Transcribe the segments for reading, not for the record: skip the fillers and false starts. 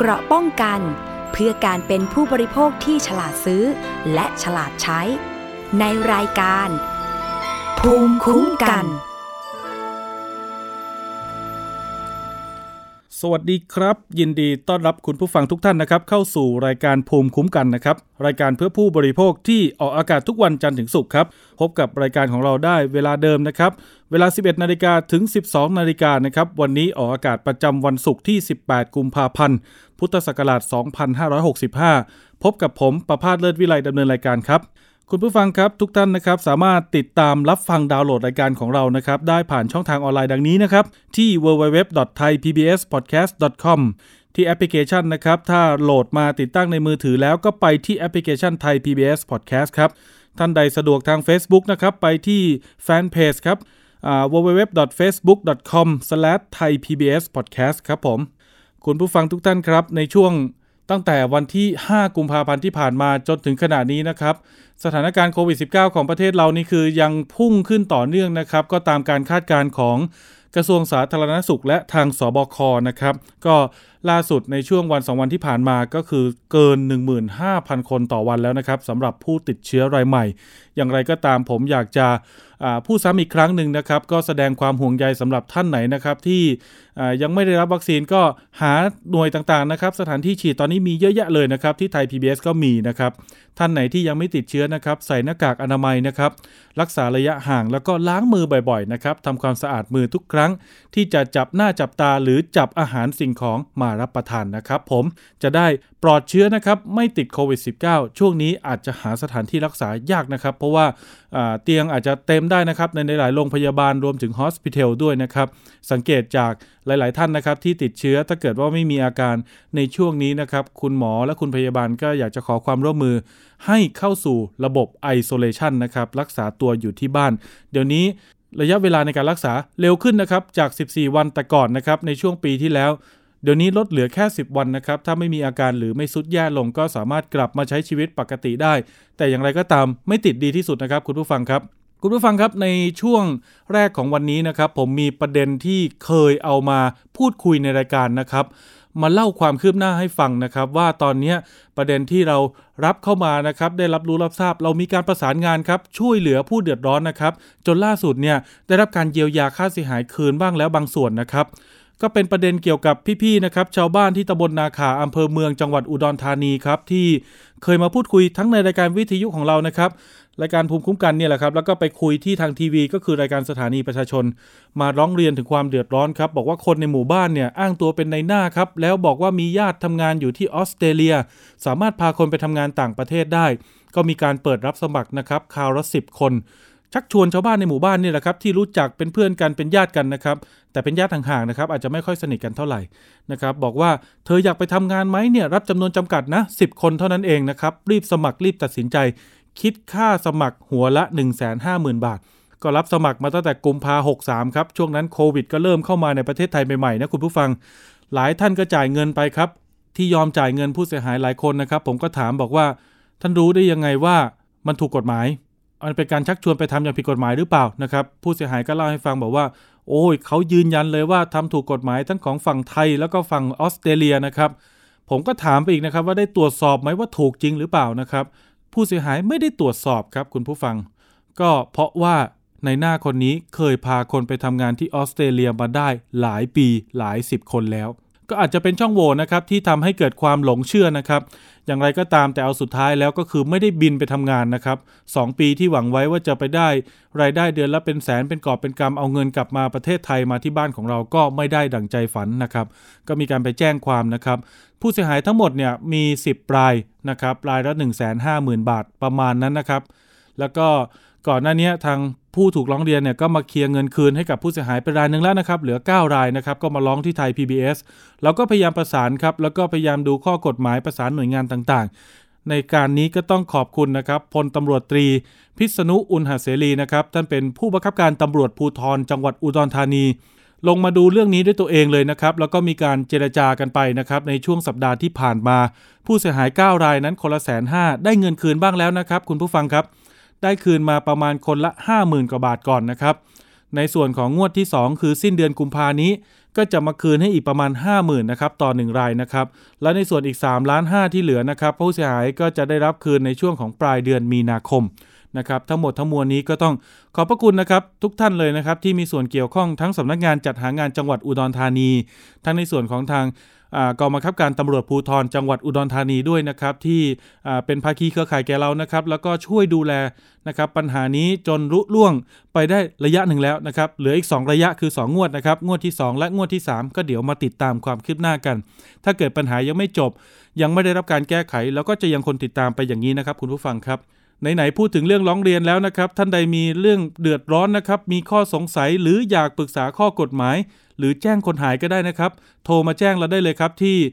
เกราะป้องกันเพื่อการเป็นผู้บริโภคที่ฉลาดซื้อและฉลาดใช้ในรายการภูมิคุ้มกันสวัสดีครับยินดีต้อนรับคุณผู้ฟังทุกท่านนะครับเข้าสู่รายการภูมิคุ้มกันนะครับรายการเพื่อผู้บริโภคที่ออกอากาศทุกวันจันทร์ถึงศุกร์ครับพบกับรายการของเราได้เวลาเดิมนะครับเวลา 11:00 นถึง 12:00 นนะครับวันนี้ออกอากาศประจำวันศุกร์ที่18กุมภาพันธ์พุทธศักราช2565พบกับผมประภาสเลิศวิไลดำเนินรายการครับคุณผู้ฟังครับทุกท่านนะครับสามารถติดตามรับฟังดาวน์โหลดรายการของเรานะครับได้ผ่านช่องทางออนไลน์ดังนี้นะครับที่ www.thaipbspodcast.com ที่แอปพลิเคชันนะครับถ้าโหลดมาติดตั้งในมือถือแล้วก็ไปที่แอปพลิเคชัน Thai PBS Podcast ครับท่านใดสะดวกทาง Facebook นะครับไปที่แฟนเพจครับwww.facebook.com/thaipbspodcast ครับผมคุณผู้ฟังทุกท่านครับในช่วงตั้งแต่วันที่5กุมภาพันธ์ที่ผ่านมาจนถึงขณะนี้นะครับสถานการณ์โควิด -19 ของประเทศเรานี่คือยังพุ่งขึ้นต่อเนื่องนะครับก็ตามการคาดการณ์ของกระทรวงสาธารณสุขและทางสบคนะครับก็ล่าสุดในช่วงวัน2วันที่ผ่านมาก็คือเกิน 15,000 คนต่อวันแล้วนะครับสำหรับผู้ติดเชื้อรายใหม่อย่างไรก็ตามผมอยากจะพูดซ้ำอีกครั้งหนึ่งนะครับก็แสดงความห่วงใยสำหรับท่านไหนนะครับที่ยังไม่ได้รับวัคซีนก็หาหน่วยต่างๆนะครับสถานที่ฉีดตอนนี้มีเยอะแยะเลยนะครับที่ไทย PBS ก็มีนะครับท่านไหนที่ยังไม่ติดเชื้อนะครับใส่หน้ากากอนามัยนะครับรักษาระยะห่างแล้วก็ล้างมือบ่อยๆนะครับทำความสะอาดมือทุกครั้งที่จะจับหน้าจับตาหรือจับอาหารสิ่งของมารับประทานนะครับผมจะได้ปลอดเชื้อนะครับไม่ติดโควิด -19 ช่วงนี้อาจจะหาสถานที่รักษายากนะครับเพราะว่าเตียงอาจจะเต็มได้นะครับในหลายโรงพยาบาลรวมถึงฮอสพิทอลด้วยนะครับสังเกตจากหลายๆท่านนะครับที่ติดเชื้อถ้าเกิดว่าไม่มีอาการในช่วงนี้นะครับคุณหมอและคุณพยาบาลก็อยากจะขอความร่วมมือให้เข้าสู่ระบบไอโซเลชันนะครับรักษาตัวอยู่ที่บ้านเดี๋ยวนี้ระยะเวลาในการรักษาเร็วขึ้นนะครับจาก14วันแต่ก่อนนะครับในช่วงปีที่แล้วเดี๋ยวนี้ลดเหลือแค่10วันนะครับถ้าไม่มีอาการหรือไม่สุดแย่ลงก็สามารถกลับมาใช้ชีวิตปกติได้แต่อย่างไรก็ตามไม่ติดดีที่สุดนะครับคุณผู้ฟังครับในช่วงแรกของวันนี้นะครับผมมีประเด็นที่เคยเอามาพูดคุยในรายการนะครับมาเล่าความคืบหน้าให้ฟังนะครับว่าตอนนี้ประเด็นที่เรารับเข้ามานะครับได้รับรู้รับทราบเรามีการประสานงานครับช่วยเหลือผู้เดือดร้อนนะครับจนล่าสุดเนี่ยได้รับการเยียวยาค่าเสียหายคืนบ้างแล้วบางส่วนนะครับก็เป็นประเด็นเกี่ยวกับพี่ๆนะครับชาวบ้านที่ตำบลนาขาอำเภอเมืองจังหวัดอุดรธานีครับที่เคยมาพูดคุยทั้งในรายการวิทยุของเรานะครับรายการภูมิคุ้มกันเนี่ยแหละครับแล้วก็ไปคุยที่ทางทีวีก็คือรายการสถานีประชาชนมาร้องเรียนถึงความเดือดร้อนครับบอกว่าคนในหมู่บ้านเนี่ยอ้างตัวเป็นนายหน้าครับแล้วบอกว่ามีญาติทำงานอยู่ที่ออสเตรเลียสามารถพาคนไปทำงานต่างประเทศได้ก็มีการเปิดรับสมัครนะครับคราวละ10คนชักชวนชาวบ้านในหมู่บ้านนี่แหละครับที่รู้จักเป็นเพื่อนกันเป็นญาติกันนะครับแต่เป็นญาติห่างๆนะครับอาจจะไม่ค่อยสนิทกันเท่าไหร่นะครับบอกว่าเธออยากไปทำงานไหมเนี่ยรับจำนวนจำกัดนะ10คนเท่านั้นเองนะครับรีบสมัครรีบตัดสินใจคิดค่าสมัครหัวละ 150,000 บาทก็รับสมัครมาตั้งแต่กุมภาพันธ์63ครับช่วงนั้นโควิดก็เริ่มเข้ามาในประเทศไทยใหม่ๆนะคุณผู้ฟังหลายท่านก็จ่ายเงินไปครับที่ยอมจ่ายเงินผู้เสียหายหลายคนนะครับผมก็ถามบอกว่าท่านรู้ได้ยังไงว่ามันถูกกฎหมายมันเป็นการชักชวนไปทำอย่างผิดกฎหมายหรือเปล่านะครับผู้เสียหายก็เล่าให้ฟังบอกว่าโอ้ยเขายืนยันเลยว่าทำถูกกฎหมายทั้งของฝั่งไทยแล้วก็ฝั่งออสเตรเลียนะครับผมก็ถามไปอีกนะครับว่าได้ตรวจสอบไหมว่าถูกจริงหรือเปล่านะครับผู้เสียหายไม่ได้ตรวจสอบครับคุณผู้ฟังก็เพราะว่าในหน้าคนนี้เคยพาคนไปทำงานที่ออสเตรเลียมาได้หลายปีหลาย10คนแล้วก็อาจจะเป็นช่องโหว่นะครับที่ทำให้เกิดความหลงเชื่อนะครับอย่างไรก็ตามแต่เอาสุดท้ายแล้วก็คือไม่ได้บินไปทำงานนะครับ2ปีที่หวังไว้ว่าจะไปได้รายได้เดือนละเป็นแสนเป็นกอบเป็นกำเอาเงินกลับมาประเทศไทยมาที่บ้านของเราก็ไม่ได้ดั่งใจฝันนะครับก็มีการไปแจ้งความนะครับผู้เสียหายทั้งหมดเนี่ยมี10รายนะครับรายละ 150,000 บาทประมาณนั้นนะครับแล้วก็ก่อนหน้านี้ทางผู้ถูกร้องเรียนเนี่ยก็มาเคลียร์เงินคืนให้กับผู้เสียหายไปรายนึงแล้วนะครับเหลือ9รายนะครับก็มาร้องที่ไทย PBS เราก็พยายามประสานครับแล้วก็พยายามดูข้อกฎหมายประสานหน่วยงานต่างๆในการนี้ก็ต้องขอบคุณนะครับพลตำรวจตรีพิษณุอุณหเสรีนะครับท่านเป็นผู้บังคับการตำรวจภูธรจังหวัดอุดรธานีลงมาดูเรื่องนี้ด้วยตัวเองเลยนะครับแล้วก็มีการเจรจากันไปนะครับในช่วงสัปดาห์ที่ผ่านมาผู้เสียหาย9รายนั้นคนละ 150,000 ได้เงินคืนบ้างแล้วนะครับคุณผู้ฟังครับได้คืนมาประมาณคนละ 50,000 กว่าบาทก่อนนะครับในส่วนของงวดที่2คือสิ้นเดือนกุมภาพันธ์นี้ก็จะมาคืนให้อีกประมาณ 50,000 นะครับต่อ1รายนะครับและในส่วนอีก3.5 ล้านที่เหลือนะครับผู้เสียหายก็จะได้รับคืนในช่วงของปลายเดือนมีนาคมนะครับทั้งหมดทั้งมวลนี้ก็ต้องขอบพระคุณนะครับทุกท่านเลยนะครับที่มีส่วนเกี่ยวข้องทั้งสำนักงานจัดหางานจังหวัดอุดรธานีทั้งในส่วนของทางกองบังคับการตำรวจภูธรจังหวัดอุดรธานีด้วยนะครับที่เป็นภาคีเครือข่ายแก่เรานะครับแล้วก็ช่วยดูแลนะครับปัญหานี้จนรุ่ล่วงไปได้ระยะหนึ่งแล้วนะครับเหลืออีก2ระยะคือ2งวดนะครับงวดที่2และงวดที่3ก็เดี๋ยวมาติดตามความคืบหน้ากันถ้าเกิดปัญหายังไม่จบยังไม่ได้รับการแก้ไขแล้วก็จะยังคงติดตามไปอย่างนี้นะครับคุณผู้ฟังครับไหนๆพูดถึงเรื่องร้องเรียนแล้วนะครับท่านใดมีเรื่องเดือดร้อนนะครับมีข้อสงสัยหรืออยากปรึกษาข้อกฎหมายหรือแจ้งคนหายก็ได้นะครับโทรมาแจ้งเราได้เลยครับที่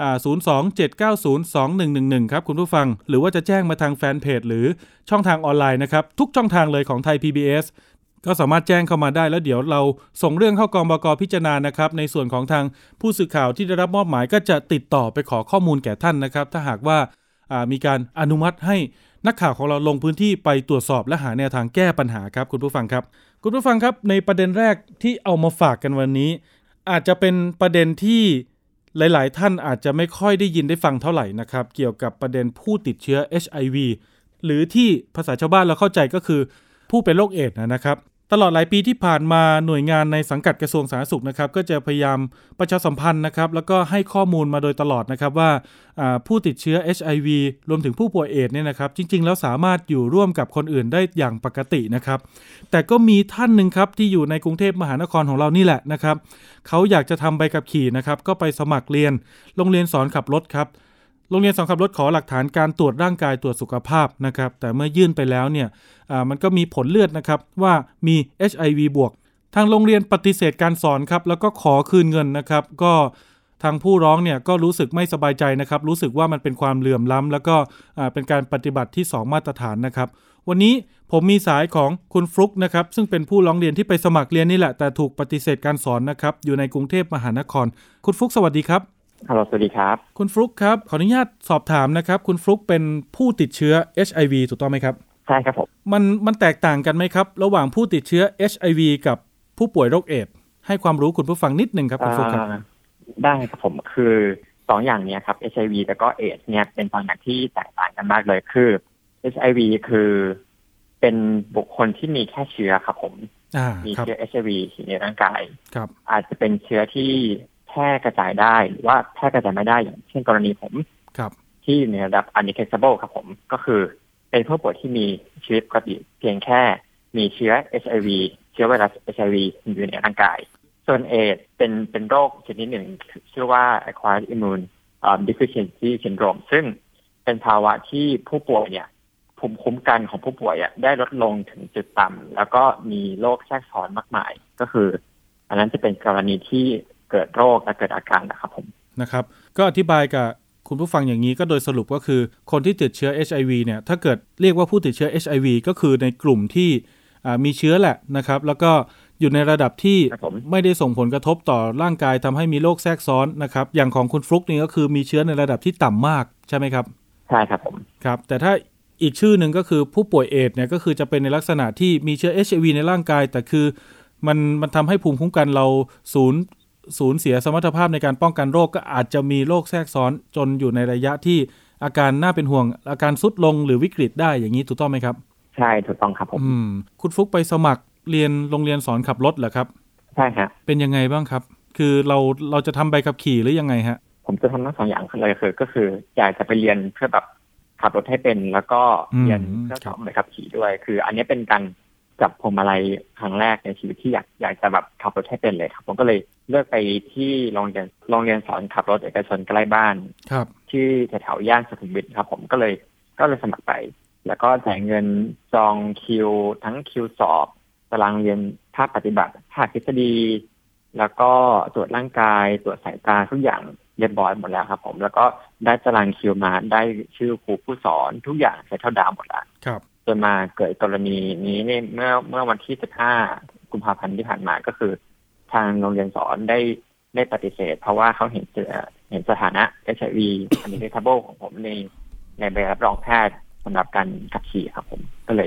027902111ครับคุณผู้ฟังหรือว่าจะแจ้งมาทางแฟนเพจหรือช่องทางออนไลน์นะครับทุกช่องทางเลยของไทย PBS ก็สามารถแจ้งเข้ามาได้แล้วเดี๋ยวเราส่งเรื่องเข้ากองบก.พิจารณานะครับในส่วนของทางผู้สื่อข่าวที่ได้รับมอบหมายก็จะติดต่อไปขอข้อมูลแก่ท่านนะครับถ้าหากว่ามีการอนุมัติให้นักข่าวของเราลงพื้นที่ไปตรวจสอบและหาแนวทางแก้ปัญหาครับคุณผู้ฟังครับคุณผู้ฟังครับในประเด็นแรกที่เอามาฝากกันวันนี้อาจจะเป็นประเด็นที่หลายๆท่านอาจจะไม่ค่อยได้ยินได้ฟังเท่าไหร่นะครับเกี่ยวกับประเด็นผู้ติดเชื้อ HIV หรือที่ภาษาชาวบ้านเราเข้าใจก็คือผู้เป็นโรคเอดส์นะครับตลอดหลายปีที่ผ่านมาหน่วยงานในสังกัดกระทรวงสาธารณสุขนะครับก็จะพยายามประชาสัมพันธ์นะครับแล้วก็ให้ข้อมูลมาโดยตลอดนะครับว่าผู้ติดเชื้อ HIV รวมถึงผู้ป่วยเอดส์เนี่ยนะครับจริงๆแล้วสามารถอยู่ร่วมกับคนอื่นได้อย่างปกตินะครับแต่ก็มีท่านนึงครับที่อยู่ในกรุงเทพมหานครของเรานี่แหละนะครับเขาอยากจะทำใบขับขี่นะครับก็ไปสมัครเรียนโรงเรียนสอนขับรถครับโรงเรียนสอนขับรถขอหลักฐานการตรวจร่างกายตรวจสุขภาพนะครับแต่เมื่อยื่นไปแล้วเนี่ยมันก็มีผลเลือดนะครับว่ามี HIV บวกทางโรงเรียนปฏิเสธการสอนครับแล้วก็ขอคืนเงินนะครับก็ทางผู้ร้องเนี่ยก็รู้สึกไม่สบายใจนะครับรู้สึกว่ามันเป็นความเหลื่อมล้ำแล้วก็เป็นการปฏิบัติที่2มาตรฐานนะครับวันนี้ผมมีสายของคุณฟลุ๊กนะครับซึ่งเป็นผู้ร้องเรียนที่ไปสมัครเรียนนี่แหละแต่ถูกปฏิเสธการสอนนะครับอยู่ในกรุงเทพมหานครคุณฟลุ๊กสวัสดีครับฮัลโหลสวัสดีครับคุณฟลุ๊กครับขออนุญาตสอบถามนะครับคุณฟลุ๊กเป็นผู้ติดเชื้อ HIV ถูกต้องไหมครับใช่ครับผมมันแตกต่างกันไหมครับระหว่างผู้ติดเชื้อ HIV กับผู้ป่วยโรคเอดส์ให้ความรู้คุณผู้ฟังนิดนึงครับคุณฟลุ๊กครับได้ครับผมคือ2อย่างนี้ครับ HIV แล้วก็เอดส์เนี่ยเป็น2อย่างที่แตกต่างกันมากเลยคือ HIV คือเป็นบุคคลที่มีแค่เชื้อครับผมมีเชื้อ HIV ในร่างกายอาจจะเป็นเชื้อที่แพร่กระจายได้หรือว่าแพร่กระจายไม่ได้อย่างเช่นกรณีผมที่ในระดับ undetectable ครับผมก็คือเป็นผู้ป่วยที่มีชีวิตปกติเพียงแค่มีเชื้อ HIV เชื้อไวรัส HIV อยู่ในร่างกายส่วนเอดส์เป็นโรคชนิดหนึ่งชื่อว่า acquired immune deficiency syndrome ซึ่งเป็นภาวะที่ผู้ป่วยเนี่ยภูมิคุ้มกันของผู้ป่วยได้ลดลงถึงจุดต่ำแล้วก็มีโรคแทรกซ้อนมากมายก็คืออันนั้นจะเป็นกรณีที่เกิดโรคและเกิดอาการนะครับผมนะครับก็อธิบายกับคุณผู้ฟังอย่างนี้ก็โดยสรุปก็คือคนที่ติดเชื้อ HIV เนี่ยถ้าเกิดเรียกว่าผู้ติดเชื้อ HIV ก็คือในกลุ่มที่มีเชื้อแหละนะครับแล้วก็อยู่ในระดับที่ไม่ได้ส่งผลกระทบต่อร่างกายทำให้มีโรคแทรกซ้อนนะครับอย่างของคุณฟลุ๊กนี่ก็คือมีเชื้อในระดับที่ต่ำมากใช่ไหมครับใช่ครับผมครับแต่ถ้าอีกชื่อหนึ่งก็คือผู้ป่วยเอดส์เนี่ยก็คือจะเป็นในลักษณะที่มีเชื้อ HIV ในร่างกายแต่คือมันทำให้ภูมิคุ้มกันเราสูญเสียสมรรถภาพในการป้องกันโรคก็อาจจะมีโรคแทรกซ้อนจนอยู่ในระยะที่อาการน่าเป็นห่วงอาการทรุดลงหรือวิกฤตได้อย่างนี้ถูกต้องไหมครับใช่ถูกต้องครับผมคุณฟลุ๊กไปสมัครเรียนโรงเรียนสอนขับรถเหรอครับใช่ครับเป็นยังไงบ้างครับคือเราจะทำใบขับขี่หรือยังไงฮะผมจะทำทั้ง2อย่างเลยก็คืออยากจะไปเรียนเพื่อแบบขับรถให้เป็นแล้วก็เรียนเพื่อสอบใบขับขี่ด้วยคืออันนี้เป็นการจับพวงมาลัยครั้งแรกในชีวิตที่อยากจะแบบขับรถให้เป็นเลยครับผมก็เลยเลือกไปที่โรงเรียนสอนขับรถเอกชนใกล้บ้านที่แถวย่านสุขุมวิทครับผมก็เลยสมัครไปแล้วก็จ่ายเงินจองคิวทั้งคิวสอบตารางเรียนภาคปฏิบัติภาคทฤษฎีแล้วก็ตรวจร่างกายตรวจสายตาทุกอย่างเรียบร้อยหมดแล้วครับผมแล้วก็ได้ตารางคิวมาได้ชื่อครูผู้สอนทุกอย่างเสร็จเท่าดาวหมดแล้วจนมาเกิดกรณีนี้เนี่ยเมื่อวันที่15กุมภาพันธ์ที่ผ่านมาก็คือทางโรงเรียนสอนได้ปฏิเสธเพราะว่าเขาเห็นสถานะ HIV undetectable ของผมในใบรับรองแพทย์สำหรับการขับขี่ครับผมก็เลย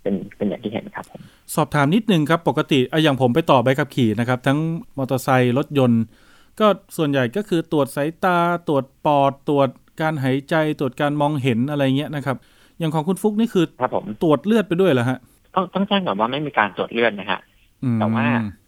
เป็นอย่างที่เห็นครับผมสอบถามนิดนึงครับปกติอย่างผมไปต่อใบขับขี่นะครับทั้งมอเตอร์ไซค์รถยนต์ก็ส่วนใหญ่ก็คือตรวจสายตาตรวจปอดตรวจการหายใจตรวจการมองเห็นอะไรเงี้ยนะครับอย่างของคุณฟุกนี่คือตรวจเลือดไปด้วยเหรอฮะต้องแจ้งก่อนว่าไม่มีการตรวจเลือดนะฮะแต่ว่า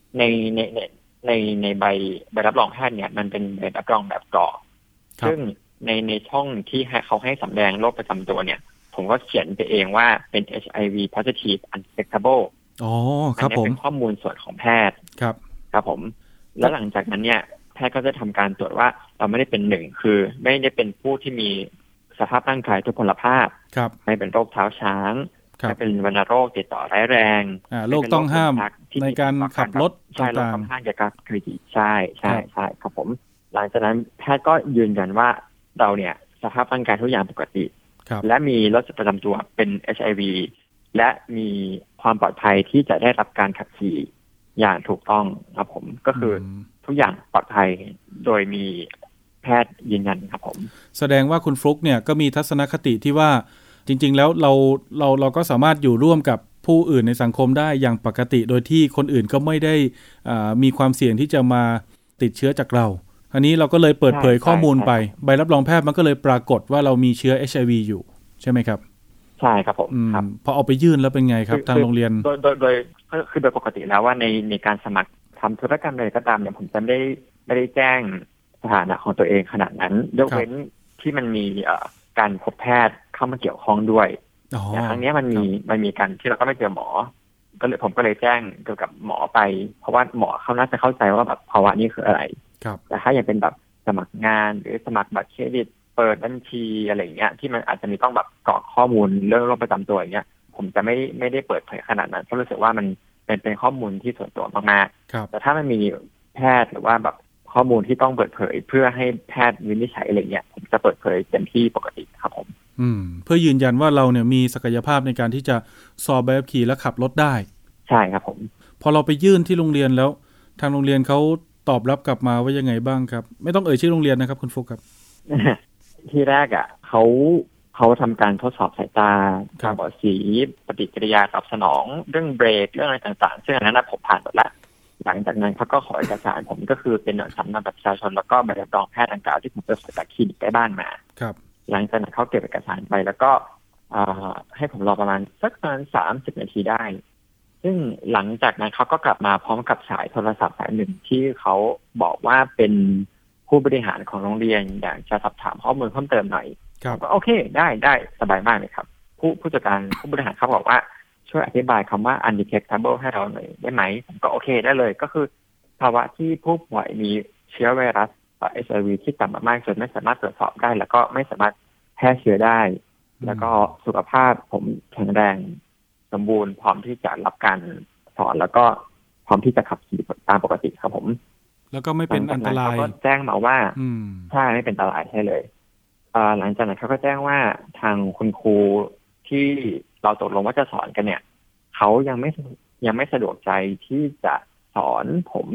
ในใบรับรองแพทย์เนี่ยมันเป็นใบรับรองแบบกรอกซึ่งในช่องที่เขาให้สำแดงโรคประจำตัวเนี่ยผมก็เขียนไปเองว่าเป็น HIV positive undetectable อ๋อครับผมเป็นข้อมูลส่วนของแพทย์ครับผมแล้วหลังจากนั้นเนี่ยแพทย์ก็จะทำการตรวจว่าเราไม่ได้เป็นหนึ่งคือไม่ได้เป็นผู้ที่มีสภาพร่างกายทุพพลภาพไม่เป็นโรคเท้าช้างไม่เป็นวัณโรคติดต่อร้ายแรงโรคต้องห้ามในการขับรถใช่โรคต้องห้ามเกี่ยวกับคดีใช่ครับผมหลังจากนั้นแพทย์ก็ยืนยันว่าเราเนี่ยสภาพร่างกายทุกอย่างปกติและมีโรคประจำตัวเป็น HIV และมีความปลอดภัยที่จะได้รับการขับขี่อย่างถูกต้องครับผมก็คือทุกอย่างปลอดภัยโดยมีแพทย์ยืนยันครับผมแสดงว่าคุณฟลุ๊กเนี่ยก็มีทัศนคติที่ว่าจริงๆแล้วเราก็สามารถอยู่ร่วมกับผู้อื่นในสังคมได้อย่างปกติโดยที่คนอื่นก็ไม่ได้มีความเสี่ยงที่จะมาติดเชื้อจากเราอันนี้เราก็เลยเปิดเผยข้อมูลไปใบรับรองแพทย์มันก็เลยปรากฏว่าเรามีเชื้อ HIV อยู่ใช่ไหมครับใช่ครับผมครับพอเอาไปยื่นแล้วเป็นไงครับทางโรงเรียนโดยคือโดยปกติแล้วว่าในการสมัครทำธุรกรรมอะไรก็ตามเนี่ยผมจะไม่ได้แจ้งสถานะของตัวเองขนาดนั้นยกเว้นที่มันมีการพบแพทย์เข้ามาเกี่ยวข้องด้วยครั้งนี้มันมีการที่เราก็ไม่เจอหมอผมก็เลยแจ้งเกี่ยวกับหมอไปเพราะว่าหมอเขาน่าจะเข้าใจว่าแบบภาวะนี้คืออะไรแต่ถ้าอย่างเป็นแบบสมัครงานหรือสมัครบัตรเครดิตเปิดบัญชีอะไรอย่างเงี้ยที่มันอาจจะมีต้องแบบกรอกข้อมูลเรื่องโรคประจำตัวอย่างเงี้ยผมจะไม่ได้เปิดเผยขนาดนั้นเพราะรู้สึกว่ามันเป็นข้อมูลที่ส่วนตัวมากๆแต่ถ้ามันมีแพทย์หรือว่าแบบข้อมูลที่ต้องเปิดเผยเพื่อให้แพทย์วินิจฉัยอะไรเงี้ยผมจะเปิดเผยเต็มที่ปกติครับผมเพื่อยืนยันว่าเราเนี่ยมีศักยภาพในการที่จะสอบใบขับขี่และขับรถได้ใช่ครับผมพอเราไปยื่นที่โรงเรียนแล้วทางโรงเรียนเขาตอบรับกลับมาว่ายังไงบ้างครับไม่ต้องเอ่ยชื่อโรงเรียนนะครับคุณฟุกครับที่แรกเขาทำการทดสอบสายตาการบอดสีปฏิกิริยาตอบสนองเรื่องเบรกเรื่องอะไรต่างๆซึ่งอันนั้นผมผ่านหมดแล้วหลังจากนั้นเขาก็ขอเอกสารผมก็คือเป็นสำเนาบัตรประชาชนแล้วก็ใบรับรองแพทย์ดังกล่าวที่ผมไปขอจากคลินิกใกล้บ้านมาหลังจากนั้นเขาเก็บเอกสารไปแล้วก็ให้ผมรอประมาณสัก30 นาทีได้ซึ่งหลังจากนั้นเขาก็กลับมาพร้อมกับสายโทรศัพท์สายหนึ่งที่เขาบอกว่าเป็นผู้บริหารของโรงเรียนอยากจะสอบถามข้อมูลเพิ่มเติมหน่อยก็โอเคได้สบายมากเลยครับผู้จัดการผู้บริหารเขาบอกว่าช่วยอธิบายคำว่า undetectable ให้เราหน่อยได้ไหมผมก็โอเคได้เลยก็คือภาวะที่ผู้ป่วยมีเชื้อไวรัสHIV ที่ต่ำมากๆจนไม่สามารถตรวจสอบได้แล้วก็ไม่สามารถแพร่เชื้อได้แล้วก็สุขภาพผมแข็งแรงสมบูรณ์พร้อมที่จะรับการสอนแล้วก็พร้อมที่จะขับขี่ตามปกติครับผมแล้วก็ไม่เป็นอันตรายเขาก็แจ้งมาว่าใช่ไม่เป็นอันตรายใช่เลยหลังจากนั้นเขาก็แจ้งว่าทางคุณครูที่เราตกลงว่าจะสอนกันเนี่ยเขายังไม่สะดวกใจที่จะสอนผม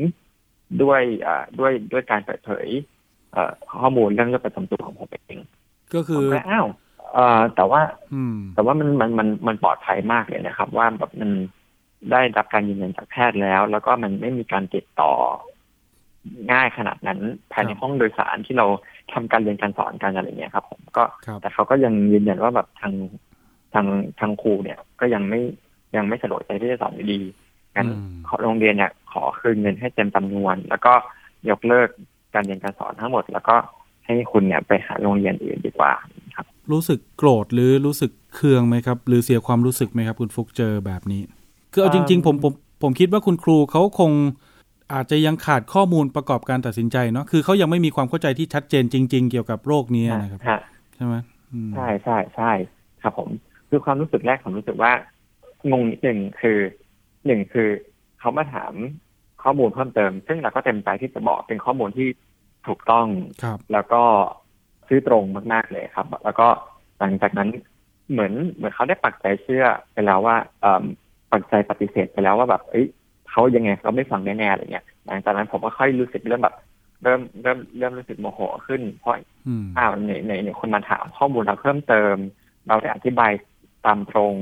ด้วยการเปิดเผยข้อมูลเรื่องโรคประจำตัวของผมเองก็คือแต่ว่ามันปลอดภัยมากเลยนะครับว่าแบบมันได้รับการยืนยันจากแพทย์แล้วก็มันไม่มีการติดต่อง่ายขนาดนั้นภายในห้องโดยสารที่เราทำการเรียนการสอนกันอะไรเงี้ยครับผมก็แต่เขาก็ยังยืนยันว่าแบบทางครูเนี่ยก็ยังไม่สะดวกใจที่จะสอนอยู่ดีงั้นโรงเรียนเนี่ยขอคืนเงินให้เต็มจำนวนแล้วก็ยกเลิกการเรียนการสอนทั้งหมดแล้วก็ให้คุณเนี่ยไปหาโรงเรียนอื่นดีกว่าครับรู้สึกโกรธหรือรู้สึกเคืองไหมครับหรือเสียความรู้สึกไหมครับคุณฟุกเจอแบบนี้คือเอาจริงๆผมคิดว่าคุณครูเขาคงอาจจะยังขาดข้อมูลประกอบการตัดสินใจเนาะคือเขายังไม่มีความเข้าใจที่ชัดเจนจริงๆเกี่ยวกับโรคนี้นะครับใช่ไหมใช่ครับผมคือความรู้สึกแรกผมรู้สึกว่างงนิดนึงคือเขามาถามข้อมูลเพิ่มเติมซึ่งเราก็เต็มใจที่จะบอกเป็นข้อมูลที่ถูกต้องแล้วก็ซื่อตรงมากๆเลยครับแล้วก็หลังจากนั้นเหมือนเขาได้ปักใจเชื่อไปแล้วว่าปักใจปฏิเสธไปแล้วว่าแบบเขายังไงเขาไม่ฟังแน่ๆอะไรเงี้ยหลังจากนั้นผมก็ค่อยรู้สึกเริ่มรู้สึกโมโหขึ้นเพราะในคนมาถามข้อมูลเราเพิ่มเติมเราได้อธิบายตามตรง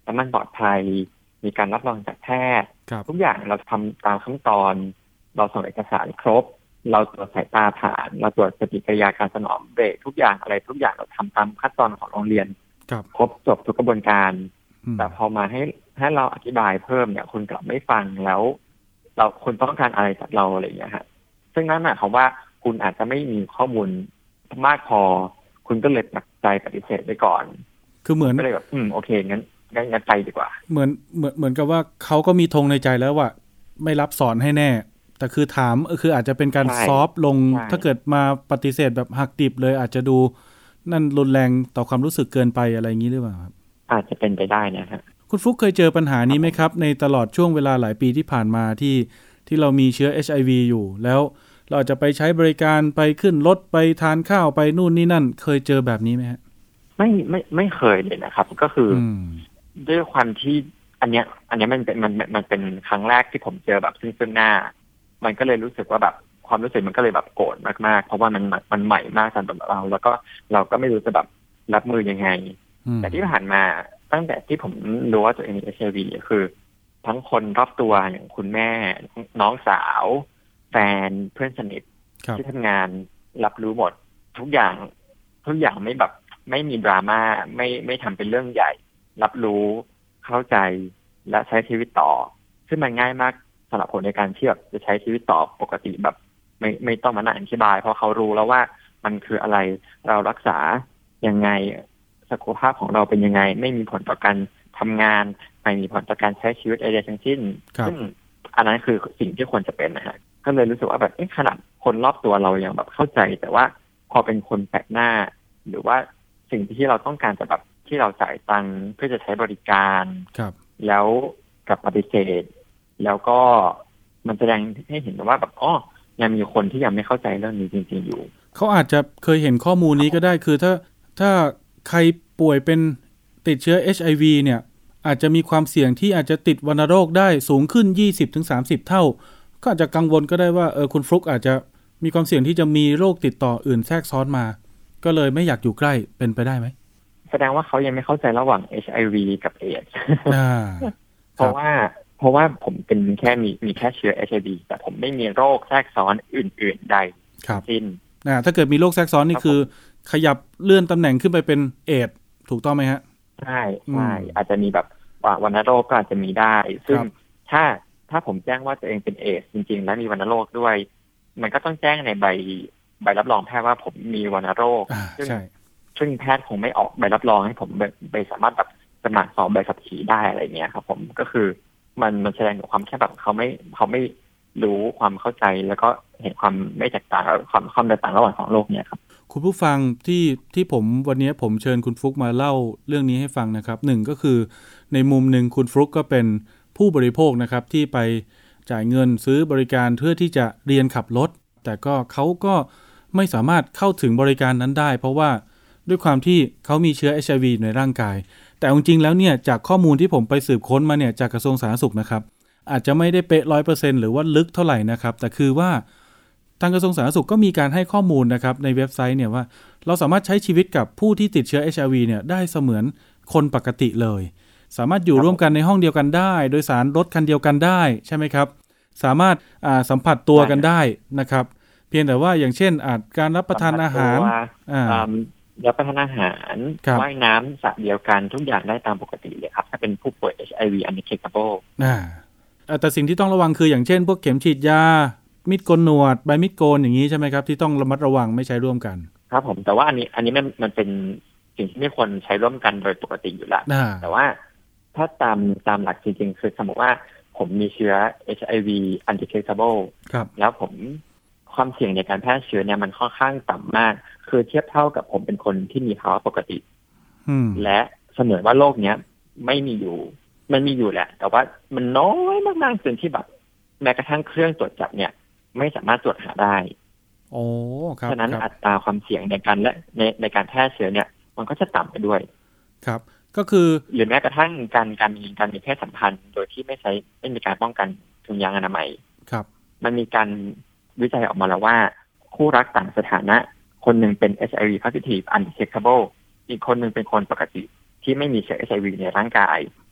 แล้วมันปลอดภัยมีการรับรองจากแพทย์ทุกอย่างเราทำตามขั้นตอนเราส่งเอกสารครบเราตรวจสายตาผ่านเราตรวจปฏิกิริยาการสนองเบรกทุกอย่างอะไรทุกอย่างเราทำตามขั้นตอนของโรงเรียนครบจบทุกกระบวนการแต่พอมาให้เราอธิบายเพิ่มเนี่ยคุณกลับไม่ฟังแล้วคุณต้องการอะไรจากเราอะไรอย่างเงี้ยฮะซึ่งนั่นหมายความว่าคุณอาจจะไม่มีข้อมูลมากพอคุณก็เลยตัดใจปฏิเสธไปก่อนคือเหมือนก็เลยแบบโอเคงั้นไปดีกว่าเหมือนกับว่าเขาก็มีธงในใจแล้วว่าไม่รับสอนให้แน่แต่คือถามคืออาจจะเป็นการซอฟลงถ้าเกิดมาปฏิเสธแบบหักดิบเลยอาจจะดูนั่นรุนแรงต่อความรู้สึกเกินไปอะไรอย่างนี้หรือเปล่าครับอาจจะเป็นไปได้นะฮะคุณฟลุ๊กเคยเจอปัญหานี้ไหมครับในตลอดช่วงเวลาหลายปีที่ผ่านมาที่เรามีเชื้อ HIV อยู่แล้วเราจะไปใช้บริการไปขึ้นรถไปทานข้าวไปนู่นนี่นั่นเคยเจอแบบนี้ไหมฮะไม่เคยเลยนะครับก็คือด้วยความที่อันเนี้ยมันเป็นครั้งแรกที่ผมเจอแบบซึ่งหน้ามันก็เลยรู้สึกว่าแบบความรู้สึกมันก็เลยแบบโกรธมากๆเพราะว่ามันใหม่มากสำหรับเราแล้วก็เราก็ไม่รู้จะแบบรับมือยังไงแต่ที่ผ่านมาตั้งแต่ที่ผมรู้ว่าตัวเองมี HIV คือทั้งคนรอบตัวอย่างคุณแม่น้องสาวแฟนเพื่อนสนิทที่ทำงานรับรู้หมดทุกอย่างไม่แบบไม่มีดราม่าไม่ทำเป็นเรื่องใหญ่รับรู้เข้าใจและใช้ชีวิตต่อซึ่งมันง่ายมากสำหรับคนในการที่แบบจะใช้ชีวิตต่อปกติแบบไม่ต้องมานั่งอธิบายเพราะเขารู้แล้วว่ามันคืออะไรเรารักษายังไงสุขภาพของเราเป็นยังไงไม่มีผลต่อการทำงานไม่มีผลต่อการใช้ชีวิตอะไรทั้งสิ้นซึ่งอันนั้นคือสิ่งที่ควรจะเป็นนะฮะก็เลยรู้สึกว่าแบบขนาดคนรอบตัวเรายังแบบเข้าใจแต่ว่าพอเป็นคนแปลกหน้าหรือว่าสิ่งที่เราต้องการจะแบบที่เราจ่ายตังค์เพื่อจะใช้บริการแล้วกับปฏิเสธแล้วก็มันแสดงให้เห็นว่าแบบยังมีคนที่ยังไม่เข้าใจเรื่องนี้จริงๆอยู่เขาอาจจะเคยเห็นข้อมูลนี้ก็ได้คือถ้าใครป่วยเป็นติดเชื้อ HIV เนี่ยอาจจะมีความเสี่ยงที่อาจจะติดวัณโรคได้สูงขึ้น 20-30 เท่าก็อาจจะกังวลก็ได้ว่าคุณฟลุ๊กอาจจะมีความเสี่ยงที่จะมีโรคติดต่ออื่นแทรกซ้อนมาก็เลยไม่อยากอยู่ใกล้เป็นไปได้ไหมแสดงว่าเขายังไม่เข้าใจระหว่าง HIV กับ AIDS เพราะว่าผมเป็นแค่มีแค่เชื้อ HIV แต่ผมไม่มีโรคแทรกซ้อนอื่นๆใดทั้งสิ้นถ้าเกิดมีโรคแทรกซ้อนนี่คือขยับเลื่อนตำแหน่งขึ้นไปเป็นเอดส์ถูกต้องไหมฮะใช่อาจจะมีแบบวัณโรคก็อาจจะมีได้ซึ่งถ้าผมแจ้งว่าตัวเองเป็นเอดส์จริงๆและมีวัณโรคด้วยมันก็ต้องแจ้งในใบรับรองแพทย์ว่าผมมีวัณโรคซึ่งแพทย์คงไม่ออกใบรับรองให้ผมไปสามารถแบบสมัครสอบใบขับขี่ได้อะไรเงี้ยครับผมก็คือมันแสดงถึงความแค่แบบเขาไม่รู้ความเข้าใจแล้วก็เห็นความไม่แตกต่างความแตกต่างระหว่าง2โลกเนี่ยครับคุณผู้ฟังที่ผมวันนี้ผมเชิญคุณฟลุ๊กมาเล่าเรื่องนี้ให้ฟังนะครับหนึ่งก็คือในมุมหนึ่งคุณฟลุ๊กก็เป็นผู้บริโภคนะครับที่ไปจ่ายเงินซื้อบริการเพื่อที่จะเรียนขับรถแต่ก็เขาก็ไม่สามารถเข้าถึงบริการนั้นได้เพราะว่าด้วยความที่เขามีเชื้อ HIV ในร่างกายแต่จริงๆแล้วเนี่ยจากข้อมูลที่ผมไปสืบค้นมาเนี่ยจากกระทรวงสาธารณสุขนะครับอาจจะไม่ได้เป๊ะ 100% หรือว่าลึกเท่าไหร่นะครับแต่คือว่าทางกระทรวงสาธารณสุขก็มีการให้ข้อมูลนะครับในเว็บไซต์เนี่ยว่าเราสามารถใช้ชีวิตกับผู้ที่ติดเชื้อ HIV เนี่ยได้เสมือนคนปกติเลยสามารถอยู่ร่วมกันในห้องเดียวกันได้โดยสารรถคันเดียวกันได้ใช่ไหมครับสามารถสัมผัสตัวกันได้นะครับเพียงแต่ว่าอย่างเช่นการรับประทานอาหารรับประทานอาหารว่ายน้ำสระเดียวกันทุกอย่างได้ตามปกติเลยครับถ้าเป็นผู้ป่วย HIV undetectable แต่สิ่งที่ต้องระวังคืออย่างเช่นพวกเข็มฉีดยามีดโกนหนวดใบมีดโกนอย่างนี้ใช่ไหมครับที่ต้องระมัดระวังไม่ใช้ร่วมกันครับผมแต่ว่าอันนี้มันเป็นสิ่งที่ไม่ควรใช้ร่วมกันโดยปกติอยู่แล้วแต่ว่าถ้าตามหลักจริงๆคือสมมติว่าผมมีเชื้อ HIV undetectable แล้วผมความเสี่ยงในการแพร่เชื้อเนี่ยมันค่อนข้างต่ำมากคือเทียบเท่ากับผมเป็นคนที่มีภาวะปกติและเสนอว่าโรคเนี้ยไม่มีอยู่มันมีอยู่แหละแต่ว่ามันน้อยมากๆจนที่แบบแม้กระทั่งเครื่องตรวจจับเนี่ยไม่สามารถตรวจหาได้ครับฉะนั้นอัตราความเสี่ยงในการแพร่เชื้อเนี่ยมันก็จะต่ำไปด้วยครับก็คือหรือแม้กระทั่งการมีเพศสัมพันธ์โดยที่ไม่มีการป้องกันถุงยางอนามัยครับมันมีการวิจัยออกมาแล้วว่าคู่รักต่างสถานะคนหนึ่งเป็น HIV positive undetectable อีกคนหนึ่งเป็นคนปกติที่ไม่มีเชื้อ HIV ในร่างกายค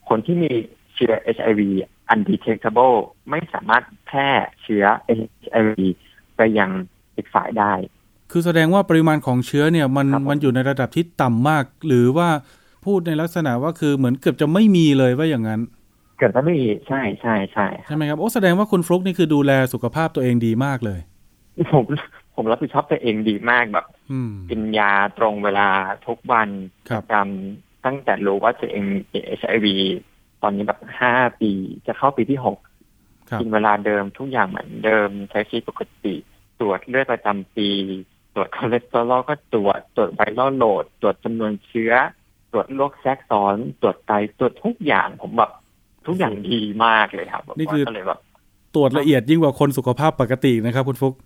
คนที่มีเชื้อ HIV undetectable ไม่สามารถแพร่เชื้อ HIV ไปยังอีกฝ่ายได้คือแสดงว่าปริมาณของเชื้อเนี่ยมันอยู่ในระดับที่ต่ำมากหรือว่าพูดในลักษณะว่าคือเหมือนเกือบจะไม่มีเลยว่าอย่างนั้นเกือบจะไม่มีใช่ไหมครับโอ้แสดงว่าคุณฟลุ๊กนี่คือดูแลสุขภาพตัวเองดีมากเลยผมรับผิดชอบตัวเองดีมากแบบกินยาตรงเวลาทุกวันประจำตั้งแต่รู้ว่าตัวเองมี HIV ตอนนี้แบบ5 ปีจะเข้าปีที่6กินเวลาเดิมทุกอย่างเหมือนเดิมใช้ชีวิตปกติตรวจเลือดประจำปีตรวจคอเลสเตอรอลก็ตรวจไวรัลโหลดตรวจจำนวนเชื้อตรวจโรคแทรกซ้อนตรวจไตตรวจทุกอย่างผมแบบทุกอย่างดีมากเลยครับนี่คือตรวจละเอียดยิ่งกว่าคนสุขภาพปกตินะครับคุณฟุก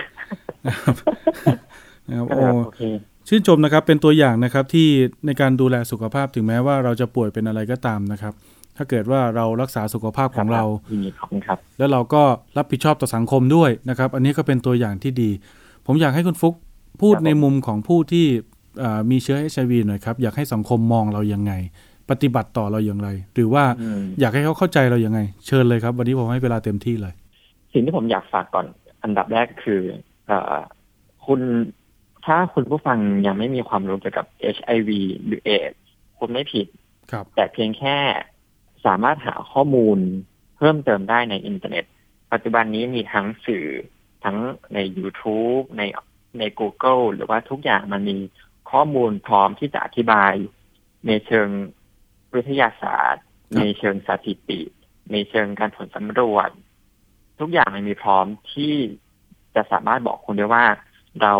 นะครับโอ้ชื่นชมนะครับเป็นตัวอย่างนะครับที่ในการดูแลสุขภาพถึงแม้ว่าเราจะป่วยเป็นอะไรก็ตามนะครับถ้าเกิดว่าเรารักษาสุขภาพของเราแล้วเราก็รับผิดชอบต่อสังคมด้วยนะครับอันนี้ก็เป็นตัวอย่างที่ดีผมอยากให้คุณฟุกพูดในมุมของผู้ที่มีเชื้อ HIV หน่อยครับอยากให้สังคมมองเรายังไงปฏิบัติต่อเราอย่างไรหรือว่าอยากให้เขาเข้าใจเราอย่างไงเชิญเลยครับวันนี้ผมให้เวลาเต็มที่เลยสิ่งที่ผมอยากฝากก่อนอันดับแรกคือคุณถ้าคุณผู้ฟังยังไม่มีความรู้เกี่ยวกับ HIV หรือ AIDS คุณไม่ผิดแต่เพียงแค่สามารถหาข้อมูลเพิ่มเติมได้ในอินเทอร์เน็ตปัจจุบันนี้มีทั้งสื่อทั้งใน YouTube ใน Google หรือว่าทุกอย่างมันมีข้อมูลพร้อมที่จะอธิบายในเชิงวิทยาศาสตร์ในเชิงสถิติในเชิงการผลสำรวจทุกอย่างมันมีพร้อมที่จะสามารถบอกคุณได้ว่าเรา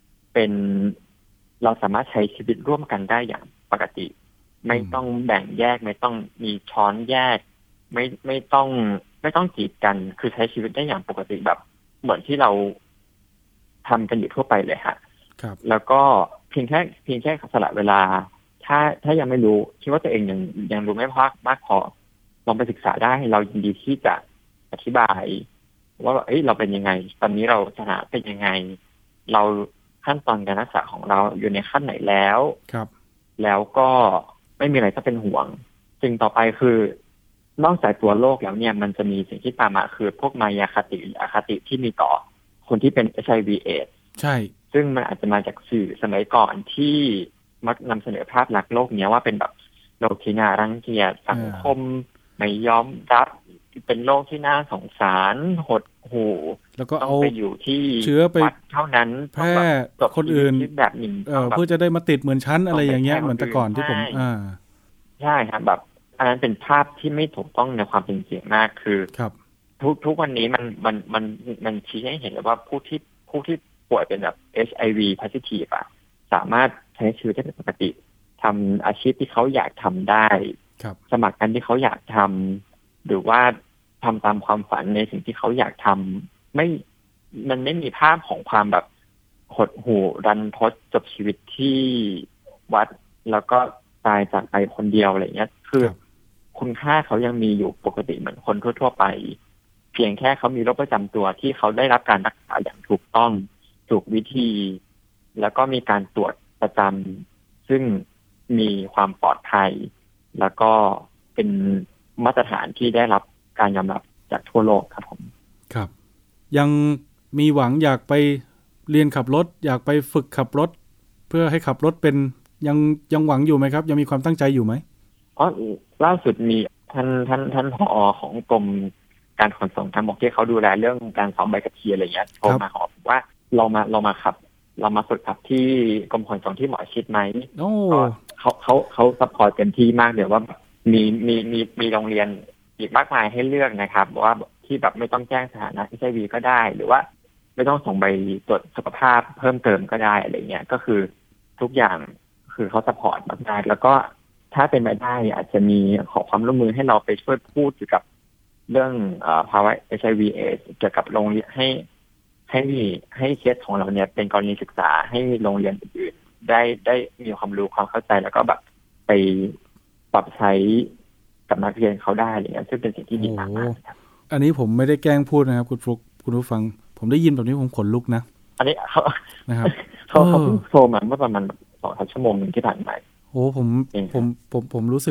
สามารถใช้ชีวิตร่วมกันได้อย่างปกติไม่ต้องแบ่งแยกไม่ต้องมีช้อนแยกไม่ต้องกีดกันคือใช้ชีวิตได้อย่างปกติแบบเหมือนที่เราทำกันอยู่ทั่วไปเลยฮะแล้วก็เพียงแค่สละเวลาถ้ายังไม่รู้คิดว่าตัวเองยังรู้ไม่มากพอลองไปศึกษาได้เรายินดีที่จะอธิบายว่าเราเป็นยังไงตอนนี้เราสถานะเป็นยังไงเราขั้นตอนการรักษาของเราอยู่ในขั้นไหนแล้วแล้วก็ไม่มีอะไรต้องเป็นห่วงสิ่งต่อไปคือนอกจากตัวโรคแล้วเนี่ยมันจะมีสิ่งที่ตามมาคือพวกมายาคติอคติที่มีต่อคนที่เป็น HIV AIDS ใช่ซึ่งมันอาจจะมาจากสื่อสมัยก่อนที่มักนำเสนอภาพลักษณ์โลกนี้ว่าเป็นแบบโรคที่น่ารังเกียจสังคมไม่ยอมรับเป็นโรคที่น่าสงสารหดหู่แล้วก็เอาไปอยู่ที่เชื้อไปเท่านั้นแพร่คนอื่นแบบหนึ่งเพื่อจะได้มาติดเหมือนชั้นอะไรอย่างเงี้ยเหมือนแต่ก่อนที่ผมใช่ครับแบบอันนั้นเป็นภาพที่ไม่ถูกต้องในความเป็นจริงมากคือครับทุกวันนี้มันชี้ให้เห็นเลยว่าผู้ที่ป่วยเป็นแบบ HIV positive สามารถใช้ชีวิตได้เป็นปกติทำอาชีพที่เขาอยากทำได้สมัครกันที่เขาอยากทำหรือว่าทำตามความฝันในสิ่งที่เขาอยากทำมันไม่มีภาพของความแบบหดหู่รันทดจบชีวิตที่วัดแล้วก็ตายจากไปคนเดียวอะไรเงี้ยคือคุณค่าเขายังมีอยู่ปกติเหมือนคนทั่วๆไปเพียงแค่เขามีโรคประจำตัวที่เขาได้รับการรักษาอย่างถูกต้องถูกวิธีแล้วก็มีการตรวจประจำซึ่งมีความปลอดภัยแล้วก็เป็นมาตรฐานที่ได้รับการยอมรับจากทั่วโลกครับผมครับยังมีหวังอยากไปเรียนขับรถอยากไปฝึกขับรถเพื่อให้ขับรถเป็นยังหวังอยู่ไหมครับยังมีความตั้งใจอยู่ไหมล่าสุดมีท่านผอ.ของกรมการขนส่งทางบกที่เขาดูแลเรื่องการสอบใบขับขี่อะไรเงี้ยโทรมาขอว่าเรามาฝึกขับที่กรมขนส่งที่หมอชิดไหมเขาซัพพอร์ตกันที่มากเลยว่ามีโรงเรียนอีกมากมายให้เลือกนะครับว่าที่แบบไม่ต้องแจ้งสถานะ HIV ก็ได้หรือว่าไม่ต้องส่งใบตรวจสุขภาพเพิ่มเติมก็ได้อะไรเงี้ยก็คือทุกอย่างคือเขาซัพพอร์ตมากๆแล้วก็ถ้าเป็นไปได้อาจจะมีขอความร่วมมือให้เราไปช่วยพูดเกี่ยวกับเรื่องภาวะ HIV AIDS เกี่ยวกับโรงเรียนให้เคสของเราเนี่ยเป็นกรณีศึกษาให้โรงเรียนอื่นๆได้มีความรู้ความเข้าใจแล้วก็แบบไปปรับใช้กับนักเรียนเขาได้อะไรเงี้ยซึ่งเป็นสิ่งที่ดีมากๆครับอันนี้ผมไม่ได้แกล้งพูดนะครับคุณฟลุ๊กคุณผู้ฟังผมได้ยินแบบนี้ผมขนลุกนะอันนี้เขานะครับเขาโทรมาเมื่อประมาณ2-3 ชั่วโมงที่ผ่านมาโอ้ผมรู้สึก